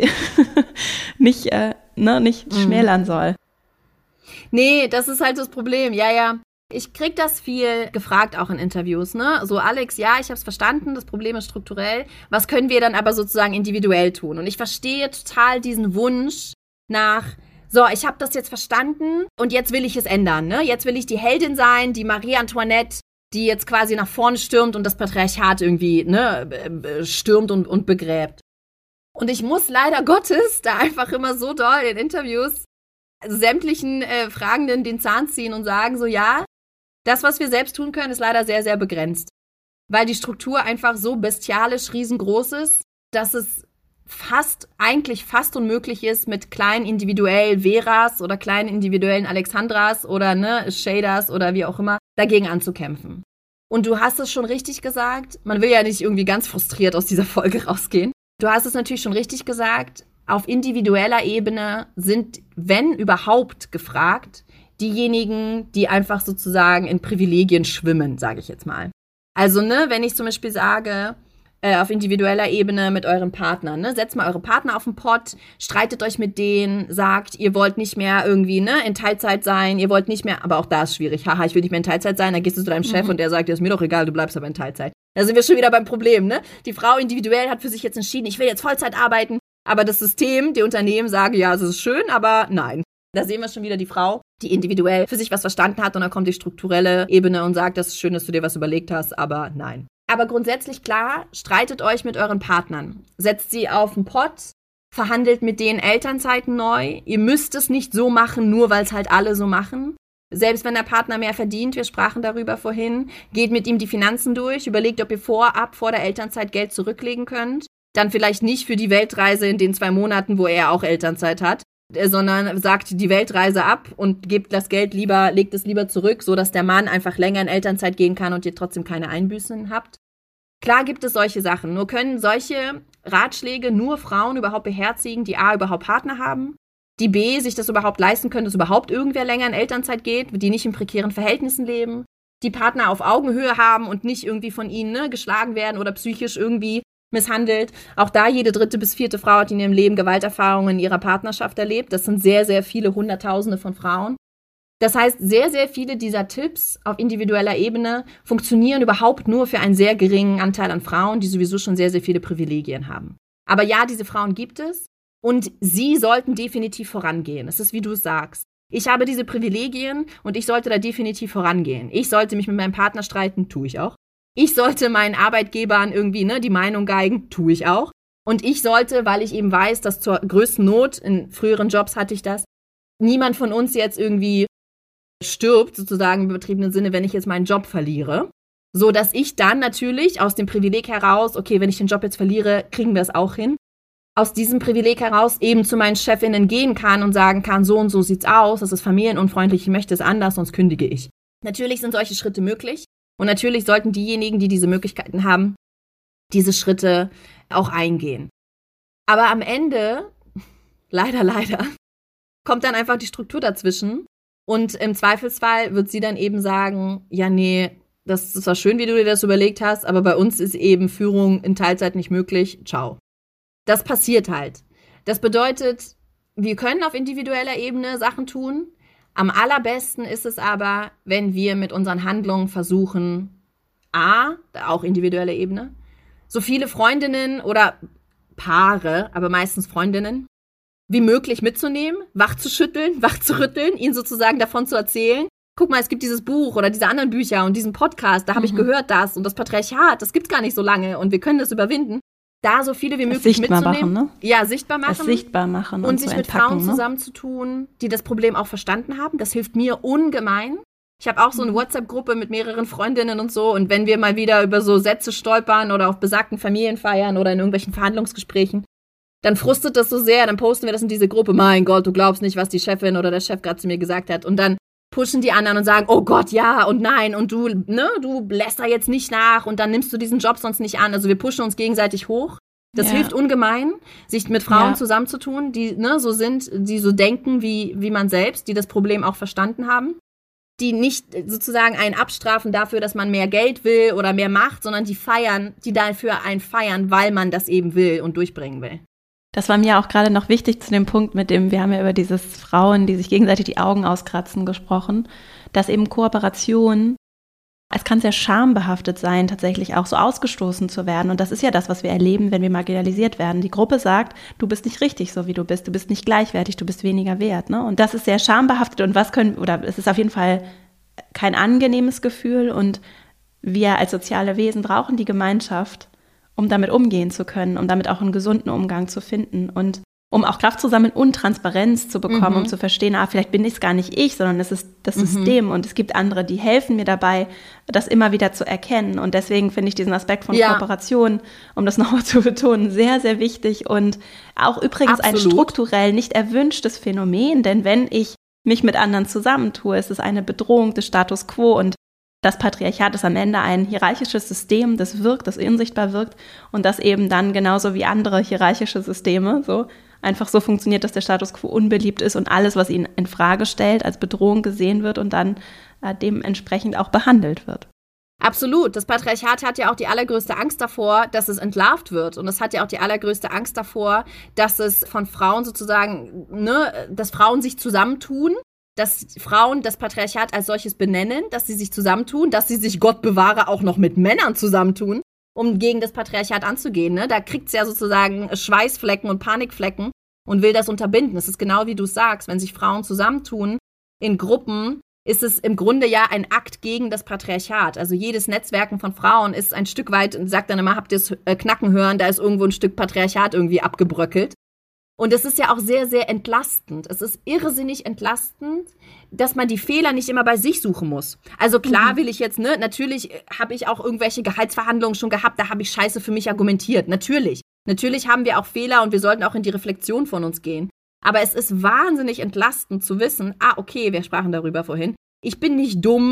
schmälern soll. Nee, das ist halt das Problem. Ja. Ich krieg das viel gefragt, auch in Interviews, ne? So, Alex, ja, ich habe es verstanden, das Problem ist strukturell. Was können wir dann aber sozusagen individuell tun? Und ich verstehe total diesen Wunsch nach, so, ich habe das jetzt verstanden und jetzt will ich es ändern, ne? Jetzt will ich die Heldin sein, die Marie Antoinette, die jetzt quasi nach vorne stürmt und das Patriarchat irgendwie, ne, stürmt und begräbt. Und ich muss leider Gottes da einfach immer so doll in Interviews sämtlichen Fragenden den Zahn ziehen und sagen so, ja, das, was wir selbst tun können, ist leider sehr, sehr begrenzt. Weil die Struktur einfach so bestialisch riesengroß ist, dass es eigentlich fast unmöglich ist, mit kleinen individuellen Veras oder kleinen individuellen Alexandras oder Shaders oder wie auch immer, dagegen anzukämpfen. Und du hast es schon richtig gesagt, man will ja nicht irgendwie ganz frustriert aus dieser Folge rausgehen. Du hast es natürlich schon richtig gesagt, auf individueller Ebene sind, wenn überhaupt, gefragt, diejenigen, die einfach sozusagen in Privilegien schwimmen, sage ich jetzt mal. Also, wenn ich zum Beispiel sage, auf individueller Ebene mit eurem Partner, setzt mal eure Partner auf den Pott, streitet euch mit denen, sagt, ihr wollt nicht mehr irgendwie, in Teilzeit sein, ihr wollt nicht mehr, aber auch da ist schwierig, haha, ich will nicht mehr in Teilzeit sein, dann gehst du zu deinem Chef und der sagt, ja, ist mir doch egal, du bleibst aber in Teilzeit. Da sind wir schon wieder beim Problem, Die Frau individuell hat für sich jetzt entschieden, ich will jetzt Vollzeit arbeiten, aber das System, die Unternehmen sagen, ja, es ist schön, aber nein. Da sehen wir schon wieder die Frau, die individuell für sich was verstanden hat und dann kommt die strukturelle Ebene und sagt, das ist schön, dass du dir was überlegt hast, aber nein. Aber grundsätzlich klar, streitet euch mit euren Partnern. Setzt sie auf den Pott, verhandelt mit denen Elternzeiten neu. Ihr müsst es nicht so machen, nur weil es halt alle so machen. Selbst wenn der Partner mehr verdient, wir sprachen darüber vorhin, geht mit ihm die Finanzen durch, überlegt, ob ihr vor der Elternzeit Geld zurücklegen könnt. Dann vielleicht nicht für die Weltreise in den 2 Monaten, wo er auch Elternzeit hat, sondern sagt die Weltreise ab und legt es lieber zurück, sodass der Mann einfach länger in Elternzeit gehen kann und ihr trotzdem keine Einbüßen habt. Klar gibt es solche Sachen, nur können solche Ratschläge nur Frauen überhaupt beherzigen, die A, überhaupt Partner haben, die B, sich das überhaupt leisten können, dass überhaupt irgendwer länger in Elternzeit geht, die nicht in prekären Verhältnissen leben, die Partner auf Augenhöhe haben und nicht irgendwie von ihnen geschlagen werden oder psychisch irgendwie misshandelt. Auch da jede 3. bis 4. Frau hat in ihrem Leben Gewalterfahrungen in ihrer Partnerschaft erlebt. Das sind sehr, sehr viele Hunderttausende von Frauen. Das heißt, sehr, sehr viele dieser Tipps auf individueller Ebene funktionieren überhaupt nur für einen sehr geringen Anteil an Frauen, die sowieso schon sehr, sehr viele Privilegien haben. Aber ja, diese Frauen gibt es und sie sollten definitiv vorangehen. Es ist, wie du es sagst. Ich habe diese Privilegien und ich sollte da definitiv vorangehen. Ich sollte mich mit meinem Partner streiten, tue ich auch. Ich sollte meinen Arbeitgebern irgendwie die Meinung geigen, tue ich auch. Und ich sollte, weil ich eben weiß, dass zur größten Not, in früheren Jobs hatte ich das, niemand von uns jetzt irgendwie stirbt, sozusagen im übertriebenen Sinne, wenn ich jetzt meinen Job verliere. So dass ich dann natürlich aus dem Privileg heraus, okay, wenn ich den Job jetzt verliere, kriegen wir es auch hin, aus diesem Privileg heraus eben zu meinen Chefinnen gehen kann und sagen kann, so und so sieht's aus, das ist familienunfreundlich, ich möchte es anders, sonst kündige ich. Natürlich sind solche Schritte möglich. Und natürlich sollten diejenigen, die diese Möglichkeiten haben, diese Schritte auch eingehen. Aber am Ende, leider, kommt dann einfach die Struktur dazwischen. Und im Zweifelsfall wird sie dann eben sagen, ja, nee, das ist zwar schön, wie du dir das überlegt hast, aber bei uns ist eben Führung in Teilzeit nicht möglich. Ciao. Das passiert halt. Das bedeutet, wir können auf individueller Ebene Sachen tun. Am allerbesten ist es aber, wenn wir mit unseren Handlungen versuchen, auch individuelle Ebene, so viele Freundinnen oder Paare, aber meistens Freundinnen, wie möglich mitzunehmen, wach zu rütteln, ihnen sozusagen davon zu erzählen. Guck mal, es gibt dieses Buch oder diese anderen Bücher und diesen Podcast, da habe ich gehört das und das Patriarchat, das gibt's gar nicht so lange und wir können das überwinden. Da so viele wie möglich mitzunehmen. Machen, Ja, sichtbar machen. Es sichtbar machen und sich mit Frauen zusammenzutun, die das Problem auch verstanden haben. Das hilft mir ungemein. Ich habe auch so eine WhatsApp-Gruppe mit mehreren Freundinnen und so. Und wenn wir mal wieder über so Sätze stolpern oder auf besagten Familienfeiern oder in irgendwelchen Verhandlungsgesprächen, dann frustet das so sehr. Dann posten wir das in diese Gruppe. Mein Gott, du glaubst nicht, was die Chefin oder der Chef gerade zu mir gesagt hat. Und dann pushen die anderen und sagen, oh Gott, ja und nein und du lässt da jetzt nicht nach und dann nimmst du diesen Job sonst nicht an. Also wir pushen uns gegenseitig hoch. Das hilft ungemein, sich mit Frauen zusammenzutun, die so sind, die so denken wie man selbst, die das Problem auch verstanden haben, die nicht sozusagen einen abstrafen dafür, dass man mehr Geld will oder mehr Macht, sondern die dafür einen feiern, weil man das eben will und durchbringen will. Das war mir auch gerade noch wichtig zu dem Punkt, wir haben ja über dieses Frauen, die sich gegenseitig die Augen auskratzen, gesprochen, dass eben Kooperation, es kann sehr schambehaftet sein, tatsächlich auch so ausgestoßen zu werden. Und das ist ja das, was wir erleben, wenn wir marginalisiert werden. Die Gruppe sagt, du bist nicht richtig, so wie du bist nicht gleichwertig, du bist weniger wert. Ne? Und das ist sehr schambehaftet und es ist auf jeden Fall kein angenehmes Gefühl. Und wir als soziale Wesen brauchen die Gemeinschaft, um damit umgehen zu können, um damit auch einen gesunden Umgang zu finden und um auch Kraft zu sammeln und Transparenz zu bekommen, um zu verstehen, vielleicht bin ich es gar nicht ich, sondern es ist das System und es gibt andere, die helfen mir dabei, das immer wieder zu erkennen. Und deswegen finde ich diesen Aspekt von Kooperation, um das nochmal zu betonen, sehr, sehr wichtig und auch übrigens ein strukturell nicht erwünschtes Phänomen, denn wenn ich mich mit anderen zusammentue, ist es eine Bedrohung des Status quo und das Patriarchat ist am Ende ein hierarchisches System, das wirkt, das unsichtbar wirkt und das eben dann genauso wie andere hierarchische Systeme einfach so funktioniert, dass der Status quo unbeliebt ist und alles, was ihn in Frage stellt, als Bedrohung gesehen wird und dann dementsprechend auch behandelt wird. Absolut. Das Patriarchat hat ja auch die allergrößte Angst davor, dass es entlarvt wird. Und es hat ja auch die allergrößte Angst davor, dass es von Frauen sozusagen, dass Frauen sich zusammentun, dass Frauen das Patriarchat als solches benennen, dass sie sich zusammentun, dass sie sich, Gott bewahre, auch noch mit Männern zusammentun, um gegen das Patriarchat anzugehen. Ne? Da kriegt es ja sozusagen Schweißflecken und Panikflecken und will das unterbinden. Es ist genau wie du sagst, wenn sich Frauen zusammentun in Gruppen, ist es im Grunde ja ein Akt gegen das Patriarchat. Also jedes Netzwerken von Frauen ist ein Stück weit, sagt dann immer, habt ihr es knacken hören, da ist irgendwo ein Stück Patriarchat irgendwie abgebröckelt. Und es ist ja auch sehr, sehr entlastend. Es ist irrsinnig entlastend, dass man die Fehler nicht immer bei sich suchen muss. Also klar will ich jetzt, natürlich habe ich auch irgendwelche Gehaltsverhandlungen schon gehabt, da habe ich Scheiße für mich argumentiert. Natürlich haben wir auch Fehler und wir sollten auch in die Reflexion von uns gehen. Aber es ist wahnsinnig entlastend zu wissen, okay, wir sprachen darüber vorhin, ich bin nicht dumm,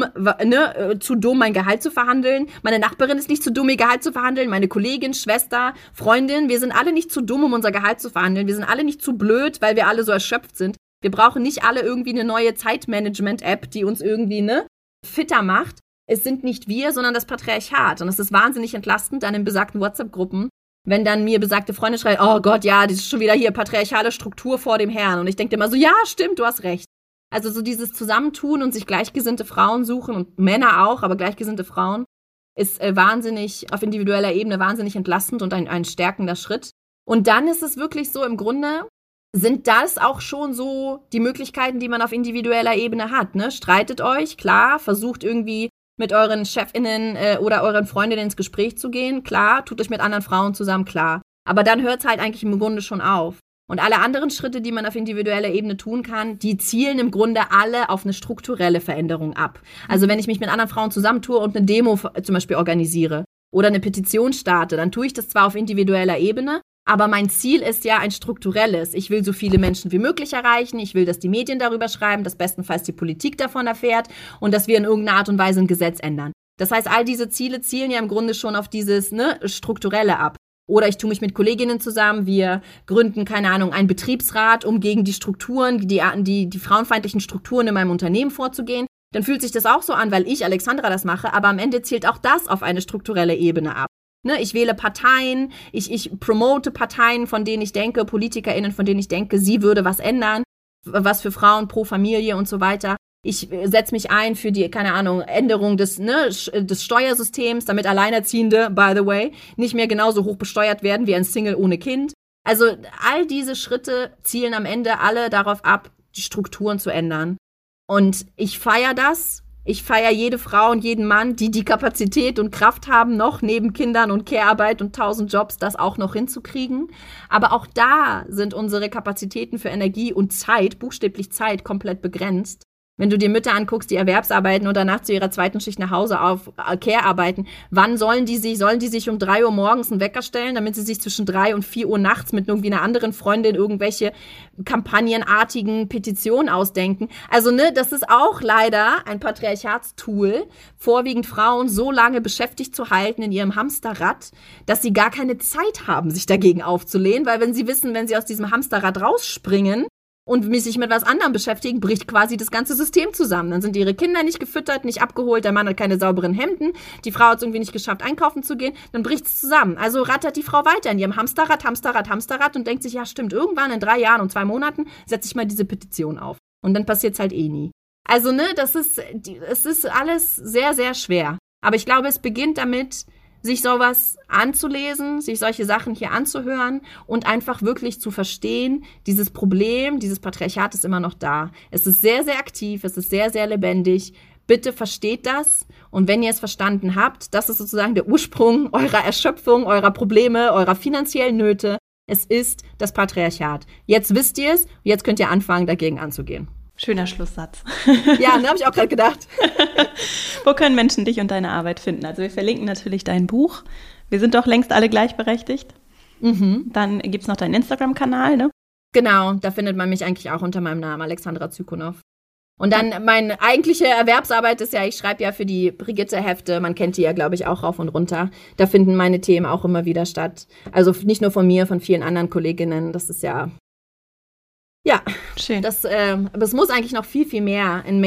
zu dumm, mein Gehalt zu verhandeln. Meine Nachbarin ist nicht zu dumm, ihr Gehalt zu verhandeln. Meine Kollegin, Schwester, Freundin, wir sind alle nicht zu dumm, um unser Gehalt zu verhandeln. Wir sind alle nicht zu blöd, weil wir alle so erschöpft sind. Wir brauchen nicht alle irgendwie eine neue Zeitmanagement-App, die uns irgendwie fitter macht. Es sind nicht wir, sondern das Patriarchat. Und es ist wahnsinnig entlastend dann in besagten WhatsApp-Gruppen, wenn dann mir besagte Freunde schreien, oh Gott, ja, das ist schon wieder hier patriarchale Struktur vor dem Herrn. Und ich denke immer so, ja, stimmt, du hast recht. Also so dieses Zusammentun und sich gleichgesinnte Frauen suchen und Männer auch, aber gleichgesinnte Frauen ist wahnsinnig, auf individueller Ebene wahnsinnig entlastend und ein stärkender Schritt. Und dann ist es wirklich so, im Grunde sind das auch schon so die Möglichkeiten, die man auf individueller Ebene hat. Ne? Streitet euch, klar, versucht irgendwie mit euren ChefInnen oder euren Freundinnen ins Gespräch zu gehen, klar, tut euch mit anderen Frauen zusammen, klar. Aber dann hört es halt eigentlich im Grunde schon auf. Und alle anderen Schritte, die man auf individueller Ebene tun kann, die zielen im Grunde alle auf eine strukturelle Veränderung ab. Also wenn ich mich mit anderen Frauen zusammentue und eine Demo zum Beispiel organisiere oder eine Petition starte, dann tue ich das zwar auf individueller Ebene, aber mein Ziel ist ja ein strukturelles. Ich will so viele Menschen wie möglich erreichen, ich will, dass die Medien darüber schreiben, dass bestenfalls die Politik davon erfährt und dass wir in irgendeiner Art und Weise ein Gesetz ändern. Das heißt, all diese Ziele zielen ja im Grunde schon auf dieses Strukturelle ab. Oder ich tue mich mit Kolleginnen zusammen, wir gründen, keine Ahnung, einen Betriebsrat, um gegen die Strukturen, die frauenfeindlichen Strukturen in meinem Unternehmen vorzugehen. Dann fühlt sich das auch so an, weil ich, Alexandra, das mache, aber am Ende zielt auch das auf eine strukturelle Ebene ab. Ich wähle Parteien, ich promote Parteien, von denen ich denke, PolitikerInnen, von denen ich denke, sie würde was ändern, was für Frauen pro Familie und so weiter. Ich setze mich ein für die, keine Ahnung, Änderung des Steuersystems, damit Alleinerziehende, by the way, nicht mehr genauso hoch besteuert werden wie ein Single ohne Kind. Also all diese Schritte zielen am Ende alle darauf ab, die Strukturen zu ändern. Und ich feiere das. Ich feiere jede Frau und jeden Mann, die Kapazität und Kraft haben, noch neben Kindern und Care-Arbeit und 1000 Jobs das auch noch hinzukriegen. Aber auch da sind unsere Kapazitäten für Energie und Zeit, buchstäblich Zeit, komplett begrenzt. Wenn du dir Mütter anguckst, die Erwerbsarbeiten und danach zu ihrer zweiten Schicht nach Hause auf Care-Arbeiten, wann sollen die sich um 3 Uhr morgens einen Wecker stellen, damit sie sich zwischen 3 und 4 Uhr nachts mit irgendwie einer anderen Freundin irgendwelche kampagnenartigen Petitionen ausdenken? Also, das ist auch leider ein Patriarchatstool, vorwiegend Frauen so lange beschäftigt zu halten in ihrem Hamsterrad, dass sie gar keine Zeit haben, sich dagegen aufzulehnen, weil wenn sie wissen, wenn sie aus diesem Hamsterrad rausspringen, und sich mit was anderem beschäftigen, bricht quasi das ganze System zusammen. Dann sind ihre Kinder nicht gefüttert, nicht abgeholt, der Mann hat keine sauberen Hemden, die Frau hat es irgendwie nicht geschafft, einkaufen zu gehen, dann bricht es zusammen. Also rattert die Frau weiter in ihrem Hamsterrad und denkt sich, ja stimmt, irgendwann in 3 Jahren und 2 Monaten setze ich mal diese Petition auf. Und dann passiert es halt eh nie. Also es ist alles sehr, sehr schwer. Aber ich glaube, es beginnt damit, sich sowas anzulesen, sich solche Sachen hier anzuhören und einfach wirklich zu verstehen, dieses Problem, dieses Patriarchat ist immer noch da. Es ist sehr, sehr aktiv, es ist sehr, sehr lebendig. Bitte versteht das und wenn ihr es verstanden habt, das ist sozusagen der Ursprung eurer Erschöpfung, eurer Probleme, eurer finanziellen Nöte. Es ist das Patriarchat. Jetzt wisst ihr es, jetzt könnt ihr anfangen, dagegen anzugehen. Schöner Schlusssatz. Ja, habe ich auch gerade gedacht. Wo können Menschen dich und deine Arbeit finden? Also wir verlinken natürlich dein Buch. Wir sind doch längst alle gleichberechtigt. Mhm. Dann gibt es noch deinen Instagram-Kanal, ne? Genau, da findet man mich eigentlich auch unter meinem Namen, Alexandra Zykonow. Und dann meine eigentliche Erwerbsarbeit ist ja, ich schreibe ja für die Brigitte-Hefte, man kennt die ja, glaube ich, auch rauf und runter. Da finden meine Themen auch immer wieder statt. Also nicht nur von mir, von vielen anderen Kolleginnen. Das ist ja... Ja, schön. Aber es muss eigentlich noch viel, viel mehr in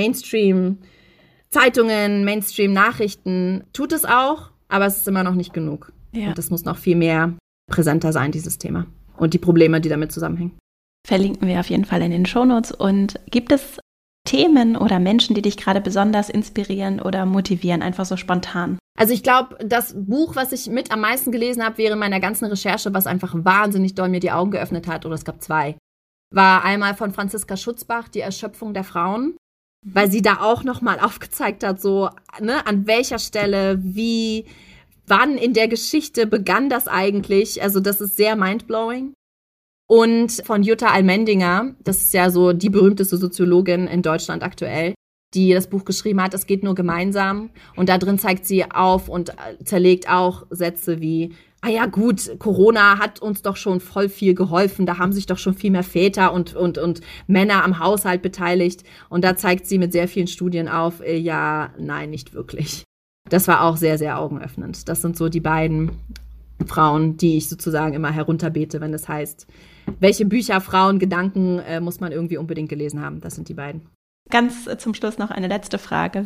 Mainstream-Zeitungen, Mainstream-Nachrichten. Tut es auch, aber es ist immer noch nicht genug. Ja. Und es muss noch viel mehr präsenter sein, dieses Thema. Und die Probleme, die damit zusammenhängen. Verlinken wir auf jeden Fall in den Shownotes. Und gibt es Themen oder Menschen, die dich gerade besonders inspirieren oder motivieren, einfach so spontan? Also ich glaube, das Buch, was ich mit am meisten gelesen habe während meiner ganzen Recherche, was einfach wahnsinnig doll mir die Augen geöffnet hat, oder es gab 2, war einmal von Franziska Schutzbach, Die Erschöpfung der Frauen, weil sie da auch nochmal aufgezeigt hat, so, an welcher Stelle, wie, wann in der Geschichte begann das eigentlich. Also das ist sehr mindblowing. Und von Jutta Almendinger, das ist ja so die berühmteste Soziologin in Deutschland aktuell, die das Buch geschrieben hat, Es geht nur gemeinsam. Und da drin zeigt sie auf und zerlegt auch Sätze wie, ja gut, Corona hat uns doch schon voll viel geholfen, da haben sich doch schon viel mehr Väter und Männer am Haushalt beteiligt. Und da zeigt sie mit sehr vielen Studien auf, ja, nein, nicht wirklich. Das war auch sehr, sehr augenöffnend. Das sind so die beiden Frauen, die ich sozusagen immer herunterbete, wenn es heißt, welche Bücher, Frauen, Gedanken muss man irgendwie unbedingt gelesen haben. Das sind die beiden. Ganz zum Schluss noch eine letzte Frage.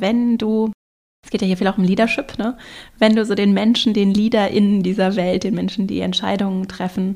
Es geht ja hier viel auch um Leadership, ne? Wenn du so den Menschen, den LeaderInnen dieser Welt, den Menschen, die Entscheidungen treffen,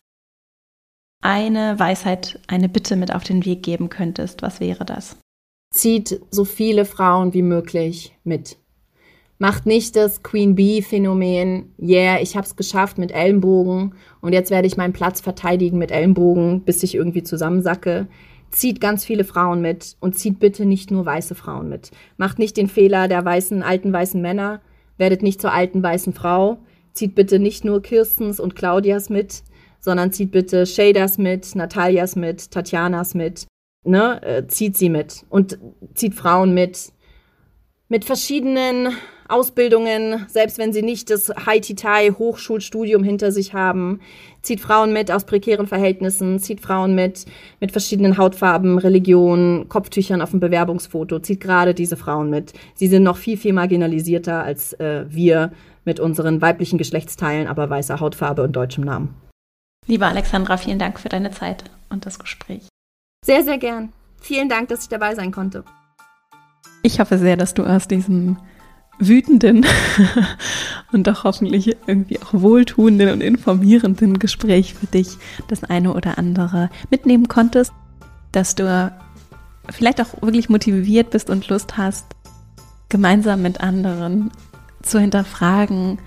eine Weisheit, eine Bitte mit auf den Weg geben könntest, was wäre das? Zieht so viele Frauen wie möglich mit. Macht nicht das Queen Bee-Phänomen, ich hab's geschafft mit Ellenbogen und jetzt werde ich meinen Platz verteidigen mit Ellenbogen, bis ich irgendwie zusammensacke. Zieht ganz viele Frauen mit und zieht bitte nicht nur weiße Frauen mit. Macht nicht den Fehler der alten weißen Männer, werdet nicht zur alten weißen Frau. Zieht bitte nicht nur Kirstens und Claudias mit, sondern zieht bitte Shaders mit, Natalias mit, Tatjanas mit. Zieht sie mit und zieht Frauen mit verschiedenen Ausbildungen, selbst wenn sie nicht das High-Titai-Hochschulstudium hinter sich haben. Zieht Frauen mit aus prekären Verhältnissen, zieht Frauen mit verschiedenen Hautfarben, Religionen, Kopftüchern auf dem Bewerbungsfoto, zieht gerade diese Frauen mit. Sie sind noch viel, viel marginalisierter als wir mit unseren weiblichen Geschlechtsteilen, aber weißer Hautfarbe und deutschem Namen. Liebe Alexandra, vielen Dank für deine Zeit und das Gespräch. Sehr, sehr gern. Vielen Dank, dass ich dabei sein konnte. Ich hoffe sehr, dass du aus diesem wütenden und doch hoffentlich irgendwie auch wohltuenden und informierenden Gespräch für dich das eine oder andere mitnehmen konntest, dass du vielleicht auch wirklich motiviert bist und Lust hast, gemeinsam mit anderen zu hinterfragen,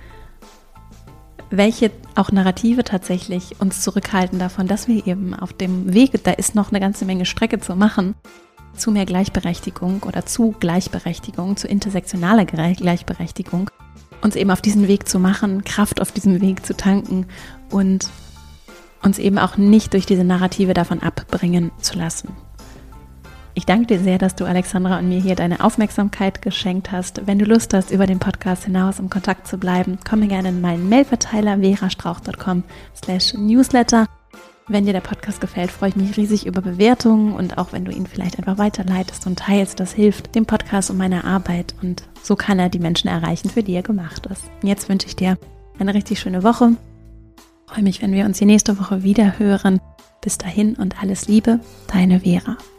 welche auch Narrative tatsächlich uns zurückhalten davon, dass wir eben auf dem Weg, da ist noch eine ganze Menge Strecke zu machen, zu mehr Gleichberechtigung oder zu Gleichberechtigung, zu intersektionaler Gleichberechtigung, uns eben auf diesen Weg zu machen, Kraft auf diesem Weg zu tanken und uns eben auch nicht durch diese Narrative davon abbringen zu lassen. Ich danke dir sehr, dass du Alexandra und mir hier deine Aufmerksamkeit geschenkt hast. Wenn du Lust hast, über den Podcast hinaus im Kontakt zu bleiben, komm gerne in meinen Mailverteiler verastrauch.com/newsletter. Wenn dir der Podcast gefällt, freue ich mich riesig über Bewertungen und auch wenn du ihn vielleicht einfach weiterleitest und teilst. Das hilft dem Podcast und meiner Arbeit und so kann er die Menschen erreichen, für die er gemacht ist. Und jetzt wünsche ich dir eine richtig schöne Woche. Ich freue mich, wenn wir uns die nächste Woche wieder hören. Bis dahin und alles Liebe, deine Vera.